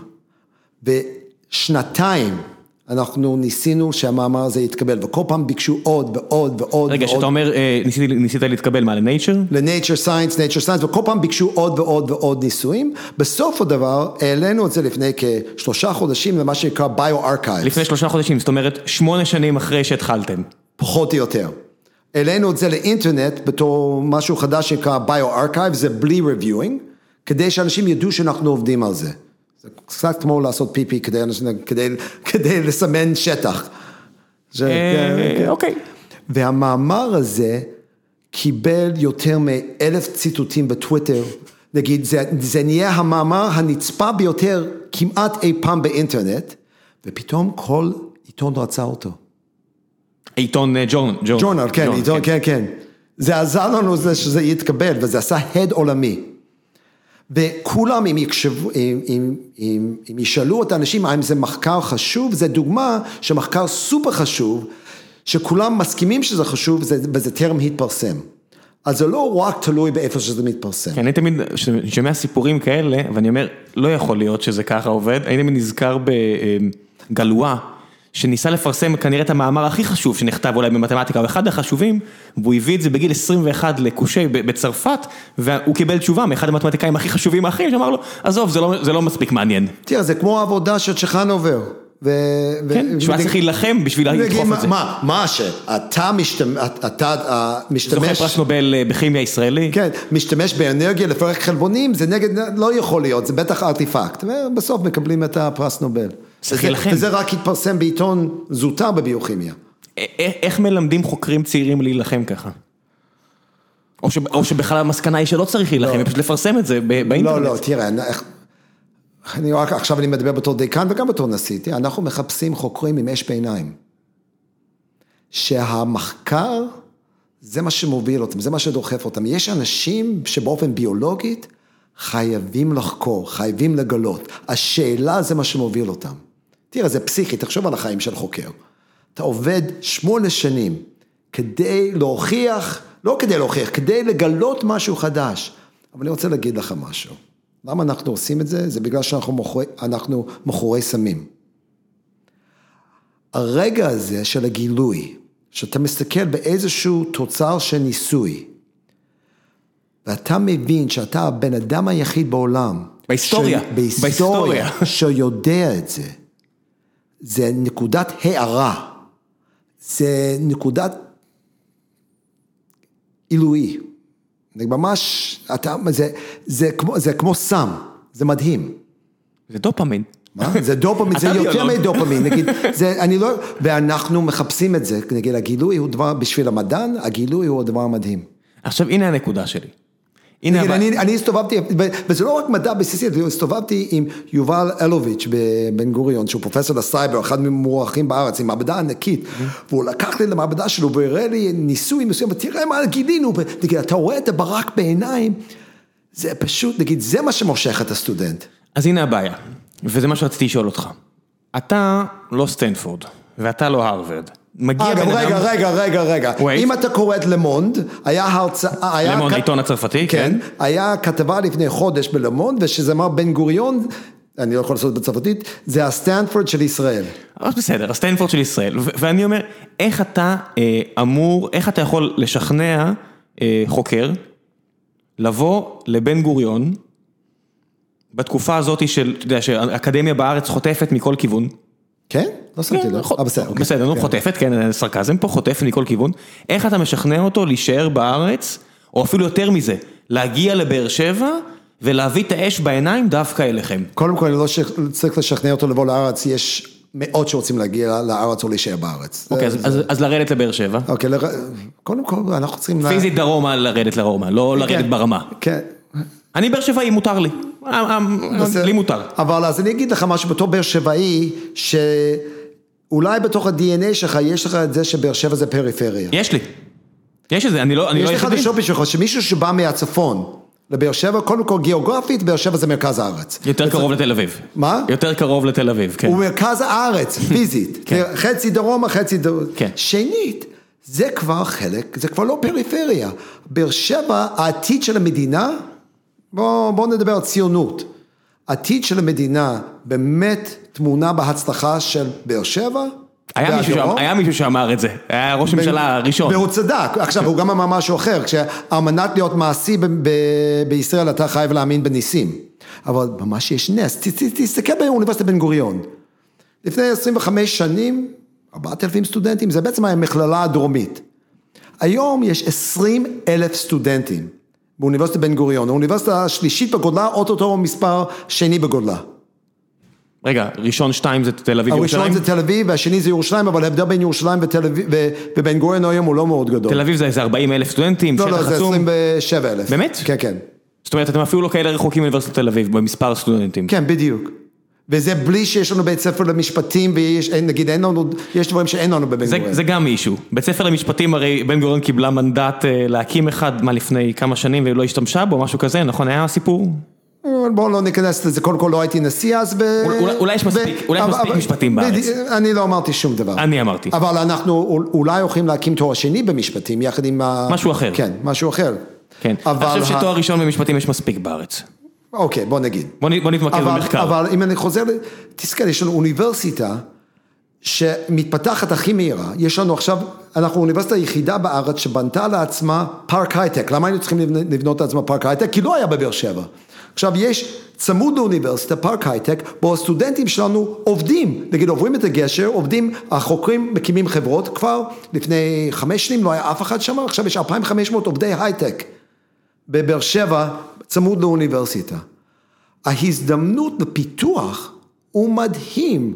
בשנתיים אנחנו ניסינו שהמאמר הזה יתקבל, וכל פעם ביקשו עוד ועוד ועוד. רגע, שאתה אומר, ניסית להתקבל מה, לנייצ'ר? לנייצ'ר סיינס, נייצ'ר סיינס, וכל פעם ביקשו עוד ועוד ועוד ניסויים. בסוף הדבר, העלינו את זה לפני כ3 חודשים, למה שנקרא ביו-ארכייבס. לפני 3 חודשים, זאת אומרת, 8 שנים אחרי שהתחלתם. פחות או יותר. העלינו את זה לאינטרנט בתור משהו חדש שנקרא ביו-ארכייב, זה בלי ריוויואינג, כדי שאנשים ידעו שאנחנו עובדים על זה. זה קצת כמו לעשות פיפי כדי לסמן שטח. אוקיי. והמאמר הזה קיבל יותר מ1,000 ציטוטים בטוויטר, נגיד, זה נהיה המאמר הנצפה ביותר כמעט אי פעם באינטרנט, ופתאום כל עיתון רצה אותו. עיתון ג'ורנל, כן, עיתון, כן. זה עזר לנו שזה יתקבל, וזה עשה הד עולמי. וכולם, אם ישאלו את האנשים, האם זה מחקר חשוב, זה דוגמה שמחקר סופר חשוב, שכולם מסכימים שזה חשוב, וזה טרם התפרסם. אז זה לא רק תלוי באיפה שזה מתפרסם. כן, אני תמיד שומע סיפורים כאלה, ואני אומר, לא יכול להיות שזה ככה עובד, אני תמיד נזכר בגלואה, שניסה לפרסם כנראה את המאמר הכי חשוב שנכתב אולי במתמטיקה, או אחד החשובים, והוא הביא את זה בגיל 21 לקושי בצרפת, והוא קיבל תשובה מאחד המתמטיקאים הכי חשובים האחרים, שאמר לו, עזוב, זה לא מספיק מעניין. תראה, זה כמו העבודה שצ'חנובר. כן, שהוא היה צריך להילחם בשביל לדחוף את זה. מה שאתה משתמש... זוכה פרס נובל בכימיה ישראלי. כן, משתמש באנרגיה לפרק חלבונים, זה נגד, לא יכול להיות, זה בטח ארטיפקט, ובסוף מקבלים את הפרס נובל. וזה רק התפרסם בעיתון זוטר בביוכימיה. איך מלמדים חוקרים צעירים להילחם ככה? או שבכלל המסקנה היא שלא צריך להילחם, פשוט לפרסם את זה באינטרנט. לא, תראה, עכשיו אני מדבר בתור דיקן וגם בתור נשיא, אנחנו מחפשים חוקרים עם אש בעיניים. שהמחקר, זה מה שמוביל אותם, זה מה שדוחף אותם. יש אנשים שבאופן ביולוגית חייבים לחקור, חייבים לגלות. השאלה זה מה שמוביל אותם. תראה, זה פסיכי, תחשוב על החיים של חוקר. אתה עובד 8 שנים כדי להוכיח, לא כדי להוכיח, כדי לגלות משהו חדש. אבל אני רוצה להגיד לך משהו. למה אנחנו עושים את זה? זה בגלל שאנחנו מכורי סמים. הרגע הזה של הגילוי, שאתה מסתכל באיזשהו תוצר של ניסוי, ואתה מבין שאתה הבן אדם היחיד בעולם, בהיסטוריה, שיודע את זה, זה נקודת הערה, זה נקודת עילוי. ממש, זה כמו סם, זה מדהים. זה דופמין. מה? זה דופמין, זה יותר מדופמין, נגיד, אני לא, ואנחנו מחפשים את זה, נגיד, הגילוי הוא דבר, בשביל המדען, הגילוי הוא הדבר המדהים. עכשיו, הנה הנקודה שלי. נגיד, אני הסתובבתי, וזה לא רק מדע בסיסי, הסתובבתי עם יובל אלוביץ' בבן גוריון, שהוא פרופסור לסייבר, אחד ממוערכים בארץ, עם מעבדה ענקית, והוא לקח לי למעבדה שלו, והראה לי ניסוי מסוים, ותראה מה גילינו, נגיד, אתה רואה את הברק בעיניים, זה פשוט, נגיד, זה מה שמושך את הסטודנט. אז הנה הבעיה, וזה מה שרציתי לשאול אותך. אתה לא סטנפורד, ואתה לא הרווארד. רגע. אם אתה קורא את למונד, היה הרצאה... למונד, העיתון הצרפתי, כן. היה כתבה לפני חודש בלמונד, ושזה אמר בן גוריון, אני לא יכול לעשות בצרפתית, זה הסטנפורד של ישראל. אז בסדר, הסטנפורד של ישראל. ואני אומר, איך אתה יכול לשכנע חוקר, לבוא לבן גוריון, בתקופה הזאת של, אתה יודע, שהאקדמיה בארץ חוטפת מכל כיוון. כן? לא שמתי לו. בסדר, לא חוטפת, כן, סרקזם פה חוטף מכל כיוון. איך אתה משכנע אותו להישאר בארץ, או אפילו יותר מזה, להגיע לבאר שבע, ולהביא את האש בעיניים דווקא אליכם? קודם כל, אני לא צריך לשכנע אותו לבוא לארץ, יש מאות שרוצים להגיע לארץ או להישאר בארץ. אוקיי, אז לרדת לבאר שבע. אוקיי, קודם כל, אנחנו צריכים... פיזית דרומה לרדת לרומא, לא לרדת ברמה. כן. אני באר שבעי, מותר לי. לי מותר. אבל אז אני אגיד לך משהו בתור באר שבעי, שאולי בתוך ה-DNA שלך, יש לך את זה שבאר שבע זה פריפריה. יש לי. יש את זה, אני לא יש לך לשאול בשבילך, שמישהו שבא מהצפון, לבאר שבע, קודם כל גיאוגרפית, באר שבע זה מרכז הארץ. יותר קרוב לתל אביב. מה? יותר קרוב לתל אביב, כן. הוא מרכז הארץ, פיזית. חצי דרומה, חצי דרומה. שנית, זה כבר חלק, זה כבר לא פריפריה. באר שבע, העתיד של המדינה, בואו נדבר על ציונות. העתיד של המדינה באמת תמונה בהצלחה של באר שבע. היה מישהו שאמר את זה, היה ראש הממשלה הראשון. והוא צדק, עכשיו הוא גם אמר משהו אחר, כשעל מנת להיות מעשי בישראל אתה חייב להאמין בניסים. אבל ממש יש נס, תסתכל באוניברסיטת בן גוריון. לפני 25 שנים, 4,000 סטודנטים, זה בעצם המכללה הדרומית. היום יש 20,000 סטודנטים. באוניברסיטת בן גוריון, האוניברסיטה השלישית בגודלה, אוטוטו מספר שני בגודלה. רגע, ראשון 2 זה תל אביב ירושלים? הראשון זה תל אביב, והשני זה ירושלים, אבל ההבדל בין ירושלים ובן גוריון היום הוא לא מאוד גדול. תל אביב זה איזה 40,000 סטודנטים, שטח עצום? לא, זה 27,000. באמת? כן, כן. זאת אומרת, אתם אפילו לא כאלה רחוקים מאוניברסיטת תל אביב, במספר סטודנטים. כן, בדיוק. וזה בלי שיש לנו בית ספר למשפטים, ונגיד, יש דברים שאין לנו בבן גוריון. זה גם מישהו. בית ספר למשפטים, הרי בן גוריון קיבלה מנדט להקים אחד, מה לפני כמה שנים, והיא לא השתמשה בו, משהו כזה, נכון? היה סיפור? בואו לא ניכנס לזה, קודם כל לא הייתי נשיא אז אולי יש מספיק משפטים בארץ. אני לא אמרתי שום דבר. אני אמרתי. אבל אנחנו אולי הולכים להקים תואר שני במשפטים, יחד עם משהו אחר. כן, משהו אחר. כן. אני חושב שתואר ראשון במשפטים יש מספיק בארץ. אוקיי, בוא נגיד. בוא נתמקד במחקר. אבל אם אני חוזר, תזכר, יש לנו אוניברסיטה שמתפתחת הכי מהירה. יש לנו עכשיו, אנחנו האוניברסיטה היחידה בארץ שבנתה לעצמה פארק הייטק. למה היינו צריכים לבנות לעצמה פארק הייטק? כי לא היה בבאר שבע. עכשיו יש צמוד לאוניברסיטה, פארק הייטק, בו הסטודנטים שלנו עובדים, נגיד עוברים את הגשר, עובדים, החוקרים מקימים חברות, כבר לפני 5 שנים לא היה אף אחד שם, עכשיו יש 2,500 עובדי הייטק בבאר שבע, צמוד לאוניברסיטה. ההזדמנות לפיתוח הוא מדהים,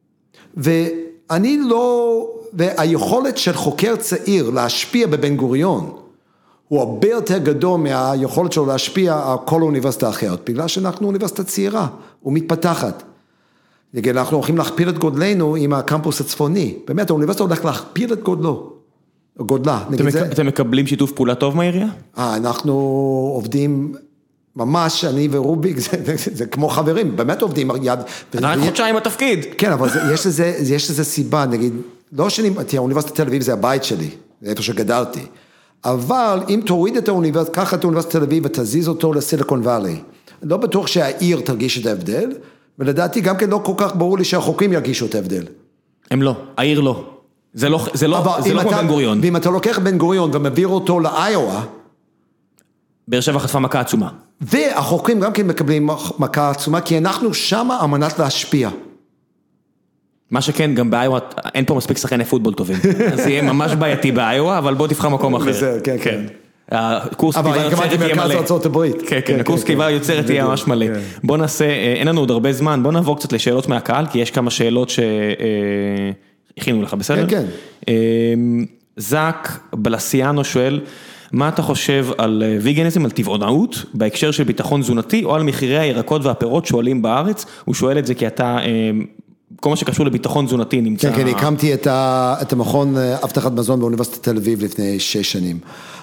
והיכולת של חוקר צעיר להשפיע בבן גוריון, הוא הרבה יותר גדול מהיכולת שלו להשפיע על כל אוניברסיטה אחרת, בגלל שאנחנו אוניברסיטה צעירה, ומתפתחת. נגיד, אנחנו הולכים להכפיל את גודלנו עם הקמפוס הצפוני. באמת, האוניברסיטה הולך להכפיל את גודלה. אתם מקבלים שיתוף פעולה טוב מהעירייה? אנחנו עובדים ממש, אני ורוביק, זה כמו חברים, באמת עובדים יד. אתה רק חודשיים בתפקיד. כן, אבל יש לזה סיבה, נגיד, לא שאני, האוניברסיטת תל אביב זה הבית שלי, זה איפה שגדלתי. אבל אם תוריד את האוניברסיטה, קח את האוניברסיטת תל אביב ותזיז אותו לסיליקון ואלי. לא בטוח שהעיר תרגיש את ההבדל, ולדעתי גם כן לא כל כך ברור לי שהחוקרים ירגישו את ההבדל. הם לא, העיר לא. זה לא כמו בן גוריון. ואם אתה לוקח בן גוריון ומעביר אותו לאיואה, באר שבע חטפה מכה עצומה. והחוקרים גם כן מקבלים מכה עצומה, כי אנחנו שמה על מנת להשפיע. מה שכן, גם באיואה, אין פה מספיק שחקני פוטבול טובים. אז יהיה ממש בעייתי באיואה, אבל בוא תבחר מקום אחר. כן, כן. הקורס כתיבה יוצרת יהיה מלא. ארצות הברית. כן, כן, הקורס כתיבה יוצרת יהיה ממש מלא. בוא נעשה, אין לנו עוד הרבה זמן, בוא נעבור קצת לשאלות מהקהל, כי יש כמה שאלות שהכינו לך, בסדר? כן, כן. זק בלסיאנו שואל, מה אתה חושב על ויגניזם, על טבעונאות, בהקשר של ביטחון תזונתי, או על מחירי הירקות והפירות שעולים בארץ? הוא שואל את זה כי אתה, כל מה שקשור לביטחון תזונתי נמצא... כן, כן, הקמתי את המכון הבטחת מזון באוניברסיטת תל אביב לפני 6 שנים.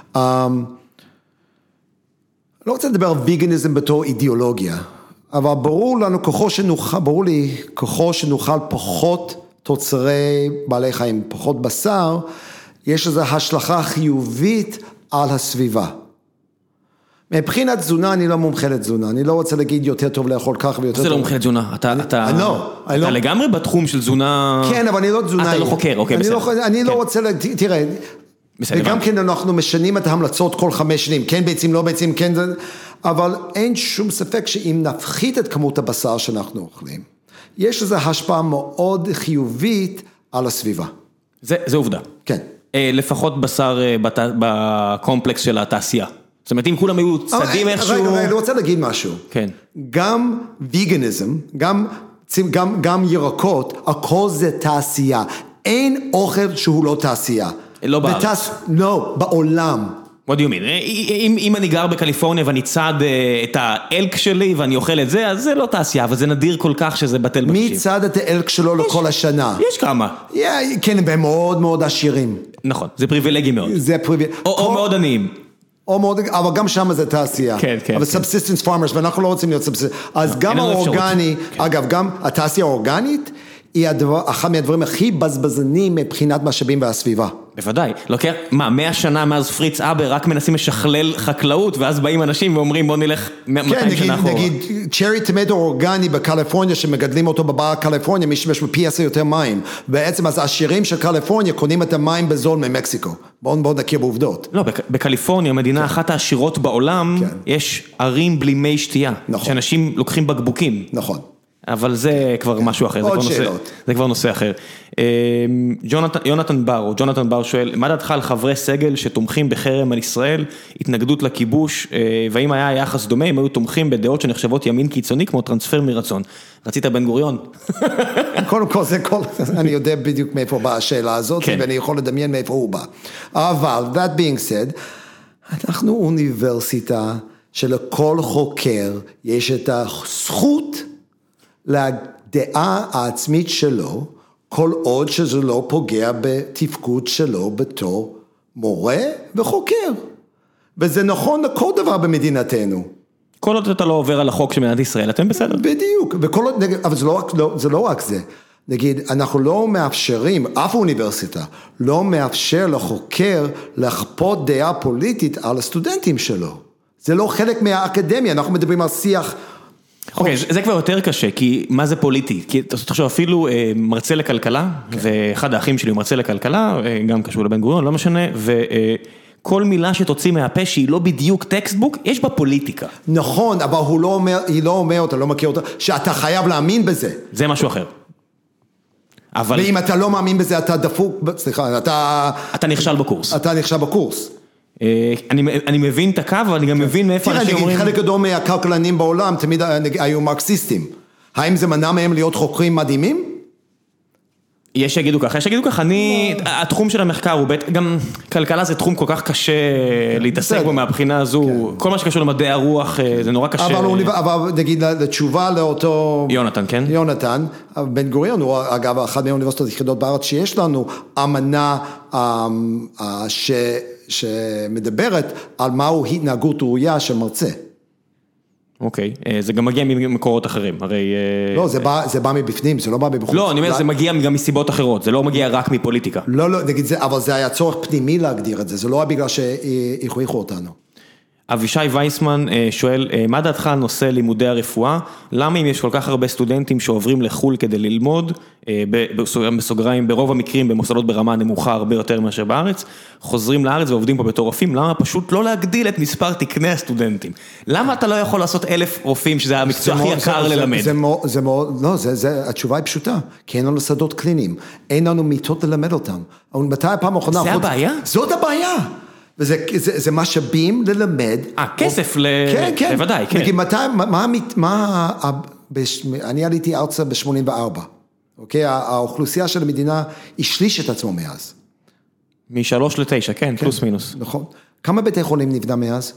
לא רוצה לדבר על ויגניזם בתור אידיאולוגיה, אבל ברור לי כוחו שנוכל פחות תוצרי בעלי חיים, פחות בשר, יש איזו השלכה חיובית על הסביבה. מבחינת תזונה, אני לא מומחה לתזונה, אני לא רוצה להגיד יותר טוב לאכול כך ויותר טוב. זה לא מומחה לתזונה, אתה לגמרי בתחום של תזונה... כן, אבל אני לא תזונה. אתה לא חוקר, אוקיי, בסדר. אני לא רוצה, תראה, וגם כן אנחנו משנים את ההמלצות כל 5 שנים, כן ביצים, לא ביצים, כן, אבל אין שום ספק שאם נפחית את כמות הבשר שאנחנו אוכלים, יש איזו השפעה מאוד חיובית על הסביבה. זה עובדה. כן. לפחות בשר בקומפלקס של התעשייה. זאת אומרת, אם כולם היו צדים איכשהו... רגע, אני רוצה להגיד משהו. כן. גם ויגניזם, גם ירקות, הכל זה תעשייה. אין אוכל שהוא לא תעשייה. לא בארץ. לא, בעולם. What do you mean? אם אני גר בקליפורניה ואני צד את האלק שלי ואני אוכל את זה, אז זה לא תעשייה, אבל זה נדיר כל כך שזה בטל בקשים. מי צד את האלק שלו לכל השנה? יש כמה. כן, הם מאוד מאוד עשירים. נכון, זה פריבילגי מאוד. זה פריבילגי. או מאוד עניים. אבל גם שם זה תעשייה. כן, כן. אבל subsistence farmers, ואנחנו לא רוצים להיות subsistence. אז גם האורגני, אגב, גם התעשייה האורגנית, היא אחד מהדברים הכי בזבזנים מבחינת משאבים והסביבה. בוודאי. לוקח, 100 שנה מאז פריץ אבר, רק מנסים לשכלל חקלאות, ואז באים אנשים ואומרים, בוא נלך 200 שנה אחורה. כן, נגיד, צ'רי טומטו אורגני בקליפורניה, שמגדלים אותו בבר קליפורניה, מי שמשמש פי 10 יותר מים. בעצם, אז העשירים של קליפורניה קונים את המים בזול ממקסיקו. בואו נכיר בעובדות. לא, בקליפורניה, מדינה אחת העשירות בעולם, יש ערים בלי מי שתייה. נכון. שאנשים לוקחים בקבוקים. נכון. אבל זה כבר משהו אחר, זה כבר נושא אחר. יונתן בר שואל, מה דעתך על חברי סגל שתומכים בחרם על ישראל, התנגדות לכיבוש, והאם היה יחס דומה, אם היו תומכים בדעות שנחשבות ימין קיצוני, כמו טרנספר מרצון? רצית בן גוריון? קודם כל, אני יודע בדיוק מאיפה באה השאלה הזאת, ואני יכול לדמיין מאיפה הוא בא. אבל, that being said, אנחנו אוניברסיטה שלכל חוקר יש את הזכות לדעה העצמית שלו, כל עוד שזה לא פוגע בתפקוד שלו בתור מורה וחוקר. וזה נכון לכל דבר במדינתנו. כל עוד אתה לא עובר על החוק של מדינת ישראל, אתם בסדר? בדיוק, אבל זה לא רק זה. נגיד, אנחנו לא מאפשרים, אף אוניברסיטה, לא מאפשר לחוקר לכפות דעה פוליטית על הסטודנטים שלו. זה לא חלק מהאקדמיה, אנחנו מדברים על שיח... אוקיי, זה כבר יותר קשה, כי מה זה פוליטי? כי אתה חושב, אפילו מרצה לכלכלה, ואחד האחים שלי הוא מרצה לכלכלה, גם קשור לבן גוריון, לא משנה, וכל מילה שתוציא מהפה שהיא לא בדיוק טקסטבוק, יש בה פוליטיקה. נכון, אבל היא לא אומרת, אתה לא מכיר אותה, שאתה חייב להאמין בזה. זה משהו אחר. ואם אתה לא מאמין בזה, אתה דפוק, סליחה, אתה נכשל בקורס. אתה נכשל בקורס. אני מבין את הקו, ואני גם מבין מאיפה אנשים אומרים... חלק גדול מהכלכלנים בעולם תמיד היו מרקסיסטים. האם זה מנע מהם להיות חוקרים מדהימים? יש שיגידו ככה, התחום של המחקר הוא גם כלכלה זה תחום כל כך קשה להתעסק בו מהבחינה הזו, כל מה שקשור למדעי הרוח זה נורא קשה. אבל נגיד לתשובה לאותו... יונתן, כן? יונתן, בן גוריון הוא אגב אחד מהאוניברסיטות היחידות בארץ שיש לנו אמנה שמדברת על מהו התנהגות ראויה של מרצה. אוקיי, זה גם מגיע ממקורות אחרים, הרי... לא, זה בא מבפנים, זה לא בא מבחוץ. לא, אני אומר, זה מגיע גם מסיבות אחרות, זה לא מגיע רק מפוליטיקה. לא, נגיד זה, אבל זה היה צורך פנימי להגדיר את זה, זה לא היה בגלל שהכריחו אותנו. אבישי וייסמן שואל, מה דעתך נושא לימודי הרפואה? למה אם יש כל כך הרבה סטודנטים שעוברים לחול כדי ללמוד, בסוגריים, ברוב המקרים במוסדות ברמה נמוכה הרבה יותר מאשר בארץ, חוזרים לארץ ועובדים פה בתור רופאים, למה פשוט לא להגדיל את מספר תקני הסטודנטים? למה אתה לא יכול לעשות 1,000 רופאים, שזה המקצוע הכי יקר ללמד? זה מאוד, לא, התשובה היא פשוטה, כי אין לנו שדות קליניים, אין לנו מיטות ללמד אותם. מתי הפעם האחרונה... זה הבעיה? זאת הבעיה. וזה משאבים ללמד. כסף, בוודאי, כן. נגיד, אני עליתי ארצה ב-84, אוקיי? האוכלוסייה של המדינה השליש את עצמו מאז. מ3 ל9, כן, פלוס מינוס. נכון. כמה בתי חולים נבנה מאז?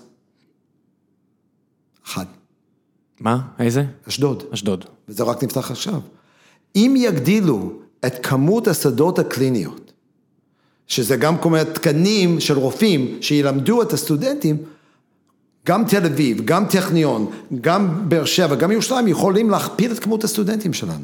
1. מה? איזה? אשדוד. וזה רק נפתח עכשיו. אם יגדילו את כמות השדות הקליניות, שזה גם כלומר תקנים של רופאים שילמדו את הסטודנטים, גם תל אביב, גם טכניון, גם באר שבע, גם ירושלים, יכולים להכפיל את כמות הסטודנטים שלנו.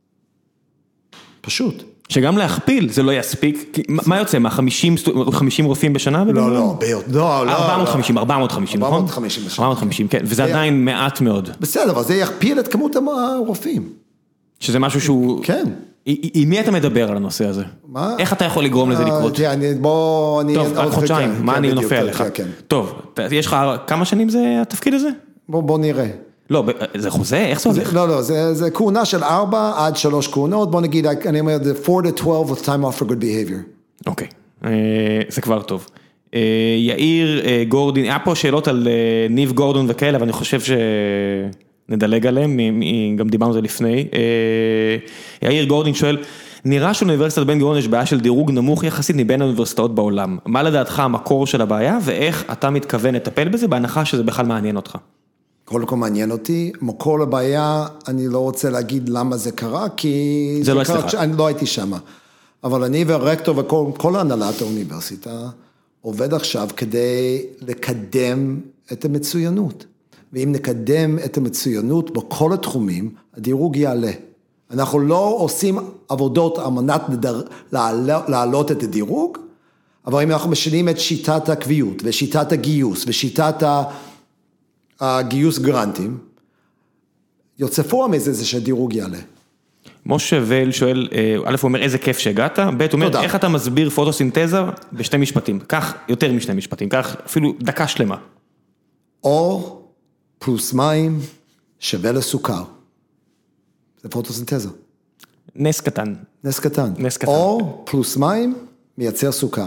פשוט. שגם להכפיל, זה לא יספיק, מה יוצא, מה, 50 רופאים בשנה? לא. 450, נכון? 450, כן, וזה עדיין מעט מאוד. בסדר, אבל זה יכפיל את כמות הרופאים. שזה משהו שהוא... כן. עם מי אתה מדבר על הנושא הזה? מה? איך אתה יכול לגרום לזה לקרות? טוב, רק חודשיים, מה אני נופל עליך? טוב, יש לך כמה שנים זה התפקיד הזה? בוא נראה. לא, זה חוזה? איך זה הולך? לא, זה כהונה של 4 עד 3 כהונות, בוא נגיד, אני אומר, 4 to 12 with time off for good behavior. אוקיי, זה כבר טוב. יאיר גורדין, היה פה שאלות על ניב גורדון וכאלה, אבל אני חושב שנדלג עליהם, גם דיברנו על זה לפני. יאיר גורדין שואל, נראה שאוניברסיטת בן גוריון יש בעיה של דירוג נמוך יחסית מבין האוניברסיטאות בעולם. מה לדעתך המקור של הבעיה, ואיך אתה מתכוון לטפל בזה, בהנחה שזה בכלל מעניין אותך? קודם כל מעניין אותי, מקור לבעיה, אני לא רוצה להגיד למה זה קרה, כי זה לא אצלך. אני לא הייתי שם. אבל אני והרקטור וכל הנהלת האוניברסיטה עובד עכשיו כדי לקדם את המצוינות. ואם נקדם את המצוינות בכל התחומים, הדירוג יעלה. אנחנו לא עושים עבודות על מנת להעלות את הדירוג, אבל אם אנחנו משנים את שיטת הקביעות, ושיטת הגיוס, ושיטת הגיוס גרנטים, יוצא פורם מזה זה שהדירוג יעלה. משה ואל שואל, א' הוא אומר איזה כיף שהגעת, ב' הוא אומר איך אתה מסביר פוטוסינתזה בשתי משפטים, כך יותר משני משפטים, כך אפילו דקה שלמה. אור פלוס מים שווה לסוכר. זה פוטוסינתזה. נס קטן. נס קטן. אור פלוס מים מייצר סוכר.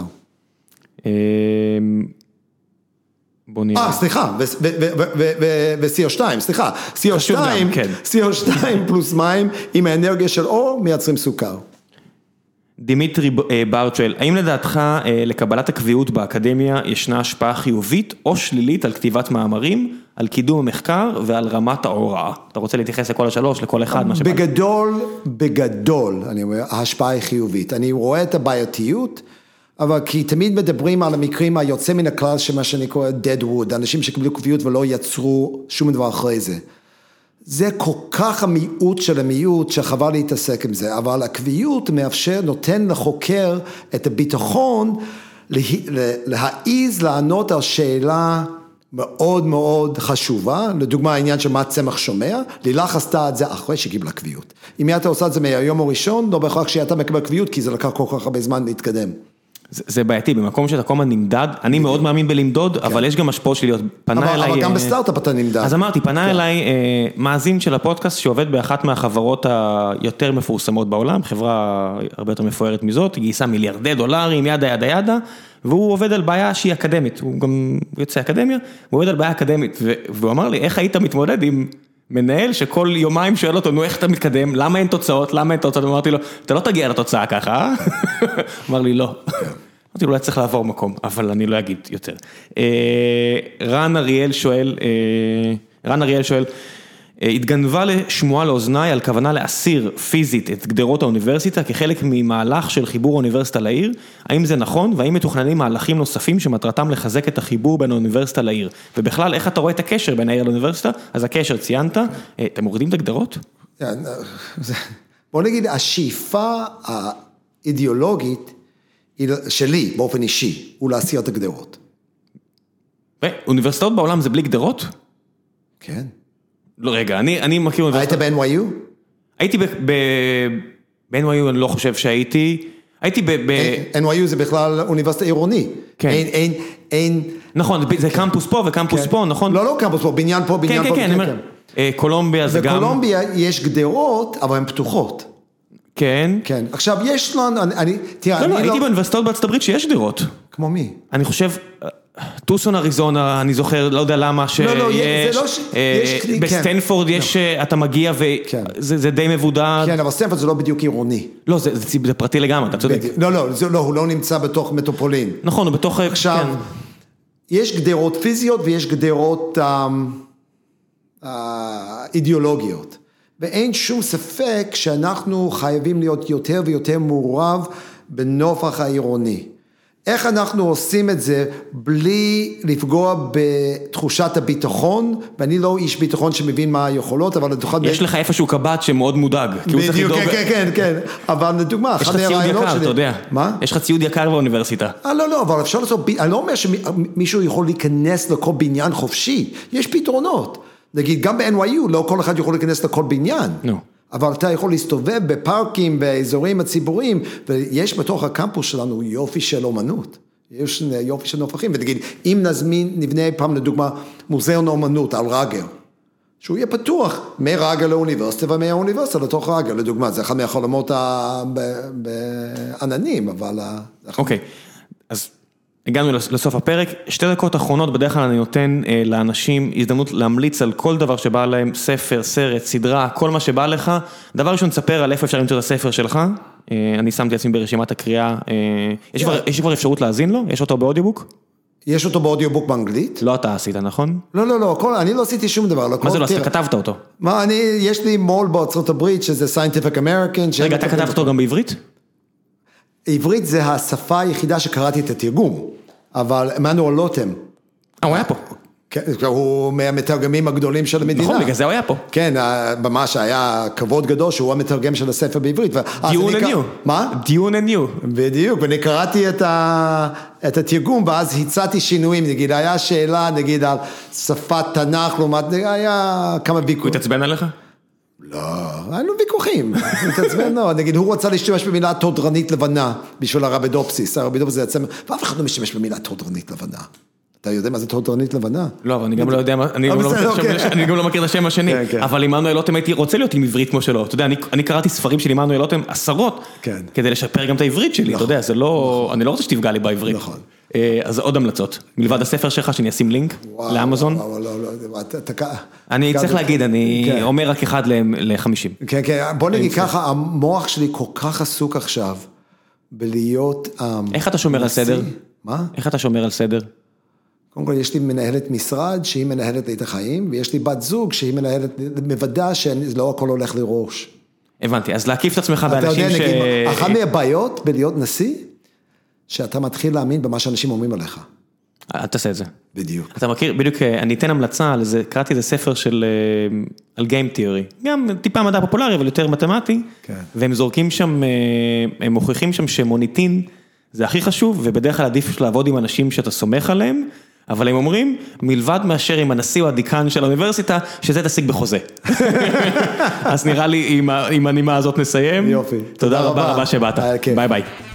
בוא נראה. סליחה, ו-CO2, סליחה, CO2 פלוס מים עם האנרגיה של אור מייצרים סוכר. דימיטרי בארט שואל, האם לדעתך לקבלת הקביעות באקדמיה ישנה השפעה חיובית או שלילית על כתיבת מאמרים, על קידום המחקר ועל רמת ההוראה? אתה רוצה להתייחס לכל השלוש, לכל אחד? בגדול, אני אומר, ההשפעה היא חיובית. אני רואה את הבעייתיות, אבל כי תמיד מדברים על המקרים היוצא מן הכלל, שמה שאני קורא dead wood, אנשים שקיבלו קביעות ולא יצרו שום דבר אחרי זה. זה כל כך המיעוט של המיעוט, שחבל להתעסק עם זה, אבל הקביעות מאפשר, נותן לחוקר את הביטחון, להעיז לענות על שאלה מאוד מאוד חשובה, לדוגמה העניין של מה צמח שומע, לילך עשתה את זה אחרי שקיבלה קביעות. אם אתה עושה את זה מהיום הראשון, לא בהכרח שאתה מקבל קביעות, כי זה לקח כל כך הרבה זמן להתקדם. זה בעייתי, במקום שאתה כל הזמן נמדד, אני מאוד מאמין בלמדוד, אבל יש גם השפעות שליליות. אבל גם בסטארט-אפ אתה נמדד. אז אמרתי, פנה אליי מאזין של הפודקאסט, שעובד באחת מהחברות היותר מפורסמות בעולם, חברה הרבה יותר מפוארת מזאת, גייסה מיליארדי דולרים, ידה, והוא עובד על בעיה שהיא אקדמית, הוא גם יוצא אקדמיה, הוא עובד על בעיה אקדמית, והוא אמר לי, איך היית מתמודד עם מנהל שכל יומיים שואל אותו, נו איך אתה מתקדם, למה אין תוצאות, אמרתי לו, אתה לא תגיע לתוצאה ככה, אמר לי לא, אמרתי לו, אולי צריך לעבור מקום, אבל אני לא אגיד יותר. רן אריאל שואל, התגנבה לשמועה לאוזניי על כוונה להסיר פיזית את גדרות האוניברסיטה כחלק ממהלך של חיבור האוניברסיטה לעיר, האם זה נכון והאם מתוכננים מהלכים נוספים שמטרתם לחזק את החיבור בין האוניברסיטה לעיר, ובכלל איך אתה רואה את הקשר בין העיר לאוניברסיטה, אז הקשר ציינת, אתם מורידים את הגדרות? בוא נגיד, השאיפה האידיאולוגית שלי באופן אישי הוא להסיר את הגדרות. אוניברסיטאות בעולם זה בלי גדרות? כן. לא, רגע, אני מכיר אוניברסיטה. היית ב-NYU? הייתי ב-NYU, אני לא חושב שהייתי NYU זה בכלל אוניברסיטה עירוני. כן. אין... נכון, זה קמפוס פה וקמפוס פה, נכון? לא קמפוס פה, בניין פה, בניין פה. כן, כן, קולומביה זה גם... בקולומביה יש גדרות, אבל הן פתוחות. כן. כן. עכשיו יש לנו, לא, הייתי באוניברסיטאות בארצות הברית שיש גדרות. כמו מי? אני חושב, טוסון אריזונה, אני זוכר, לא יודע למה, בסטנפורד יש, אתה מגיע וזה די מבודד. כן, אבל סטנפורד זה לא בדיוק עירוני. לא, זה פרטי לגמרי, אתה צודק. לא, הוא לא נמצא בתוך מטרופולין. נכון, הוא בתוך... עכשיו, יש גדרות פיזיות ויש גדרות אידיאולוגיות. ואין שום ספק שאנחנו חייבים להיות יותר ויותר מעורב בנופח העירוני. איך אנחנו עושים את זה בלי לפגוע בתחושת הביטחון, ואני לא איש ביטחון שמבין מה היכולות, אבל לדוגמה... יש לך איפשהו קב"ט שמאוד מודאג. בדיוק, כן, אבל לדוגמה... יש לך ציוד יקר, אתה יודע. מה? יש לך ציוד יקר באוניברסיטה. לא, אבל אפשר לעשות... אני לא אומר שמישהו יכול להיכנס לכל בניין חופשי, יש פתרונות. נגיד, גם ב-NYU לא כל אחד יכול להיכנס לכל בניין. אבל אתה יכול להסתובב בפארקים, באזורים הציבוריים, ויש בתוך הקמפוס שלנו יופי של אומנות. יש יופי של נופחים, ותגיד, אם נבנה פעם לדוגמה מוזיאון אומנות על רגר, שהוא יהיה פתוח מרגר לאוניברסיטה ומהאוניברסיטה לתוך רגר, לדוגמה, זה אחד מהחלומות בעננים, אבל... אוקיי, אז... הגענו לסוף הפרק, 2 דקות אחרונות, בדרך כלל אני נותן לאנשים הזדמנות להמליץ על כל דבר שבא להם, ספר, סרט, סדרה, כל מה שבא לך. דבר ראשון, תספר על איפה אפשר למצוא את הספר שלך. אני שמתי עצמי ברשימת הקריאה. יש כבר אפשרות להאזין לו? יש אותו באודיובוק? יש אותו באודיובוק באנגלית. לא אתה עשית, נכון? לא, אני לא עשיתי שום דבר. מה זה לא עשית? כתבת אותו. יש לי מול בארצות הברית, שזה Scientific American. רגע, אתה כתבת אותו גם בעברית? עברית זה השפה היחידה שקראתי את התרגום, אבל עמנואל לוטם. הוא היה פה. הוא מהמתרגמים הגדולים של המדינה. נכון, בגלל זה הוא היה פה. כן, ממש היה כבוד גדול שהוא המתרגם של הספר בעברית. דיון and you. מה? דיון and you. בדיוק, ואני קראתי את התרגום, ואז הצעתי שינויים, נגיד, היה שאלה, נגיד, על שפת תנ"ך, לעומת, היה כמה ויכוחים. הוא התעצבן עליך? לא, היינו ויכוחים, מתעצבן לא, נגיד, הוא רצה להשתמש במילה תודרנית לבנה, בשביל הרבידופסיס, הרבידופסיס זה יצא, ואף אחד לא משתמש במילה תודרנית לבנה. אתה יודע מה זה תודרנית לבנה? לא, אבל אני גם לא יודע, אני גם לא מכיר את השם השני, אבל עמנואל לוטם הייתי רוצה להיות עם עברית כמו שלו, אתה יודע, אני קראתי ספרים של עמנואל לוטם עשרות, כדי לשפר גם את העברית שלי, אתה יודע, זה לא, אני לא רוצה שתפגע לי בעברית. נכון. אז עוד המלצות, מלבד הספר שלך שאני אשים לינק לאמזון. אני צריך להגיד, אני אומר רק 1 ל-50. כן, בוא נגיד ככה, המוח שלי כל כך עסוק עכשיו, בלהיות... איך אתה שומר על סדר? מה? איך אתה שומר על סדר? קודם כל, יש לי מנהלת משרד שהיא מנהלת את החיים, ויש לי בת זוג שהיא מנהלת, מוודא שלא הכל הולך לראש. הבנתי, אז להקיף את עצמך באנשים ש... אחת מהבעיות בלהיות נשיא, שאתה מתחיל להאמין במה שאנשים אומרים עליך. אל תעשה את זה. בדיוק. אתה מכיר, בדיוק, אני אתן המלצה על זה, קראתי איזה ספר על Game Theory, גם טיפה מדע פופולרי, אבל יותר מתמטי, והם זורקים שם, הם מוכיחים שם שמוניטין, זה הכי חשוב, ובדרך כלל עדיף לעבוד עם אנשים שאתה סומך עליהם, אבל הם אומרים, מלבד מאשר עם הנשיא או הדיקן של האוניברסיטה, שזה תשיג בחוזה. אז נראה לי, עם הנימה הזאת נסיים. יופי. תודה רבה שבאת. ביי ביי.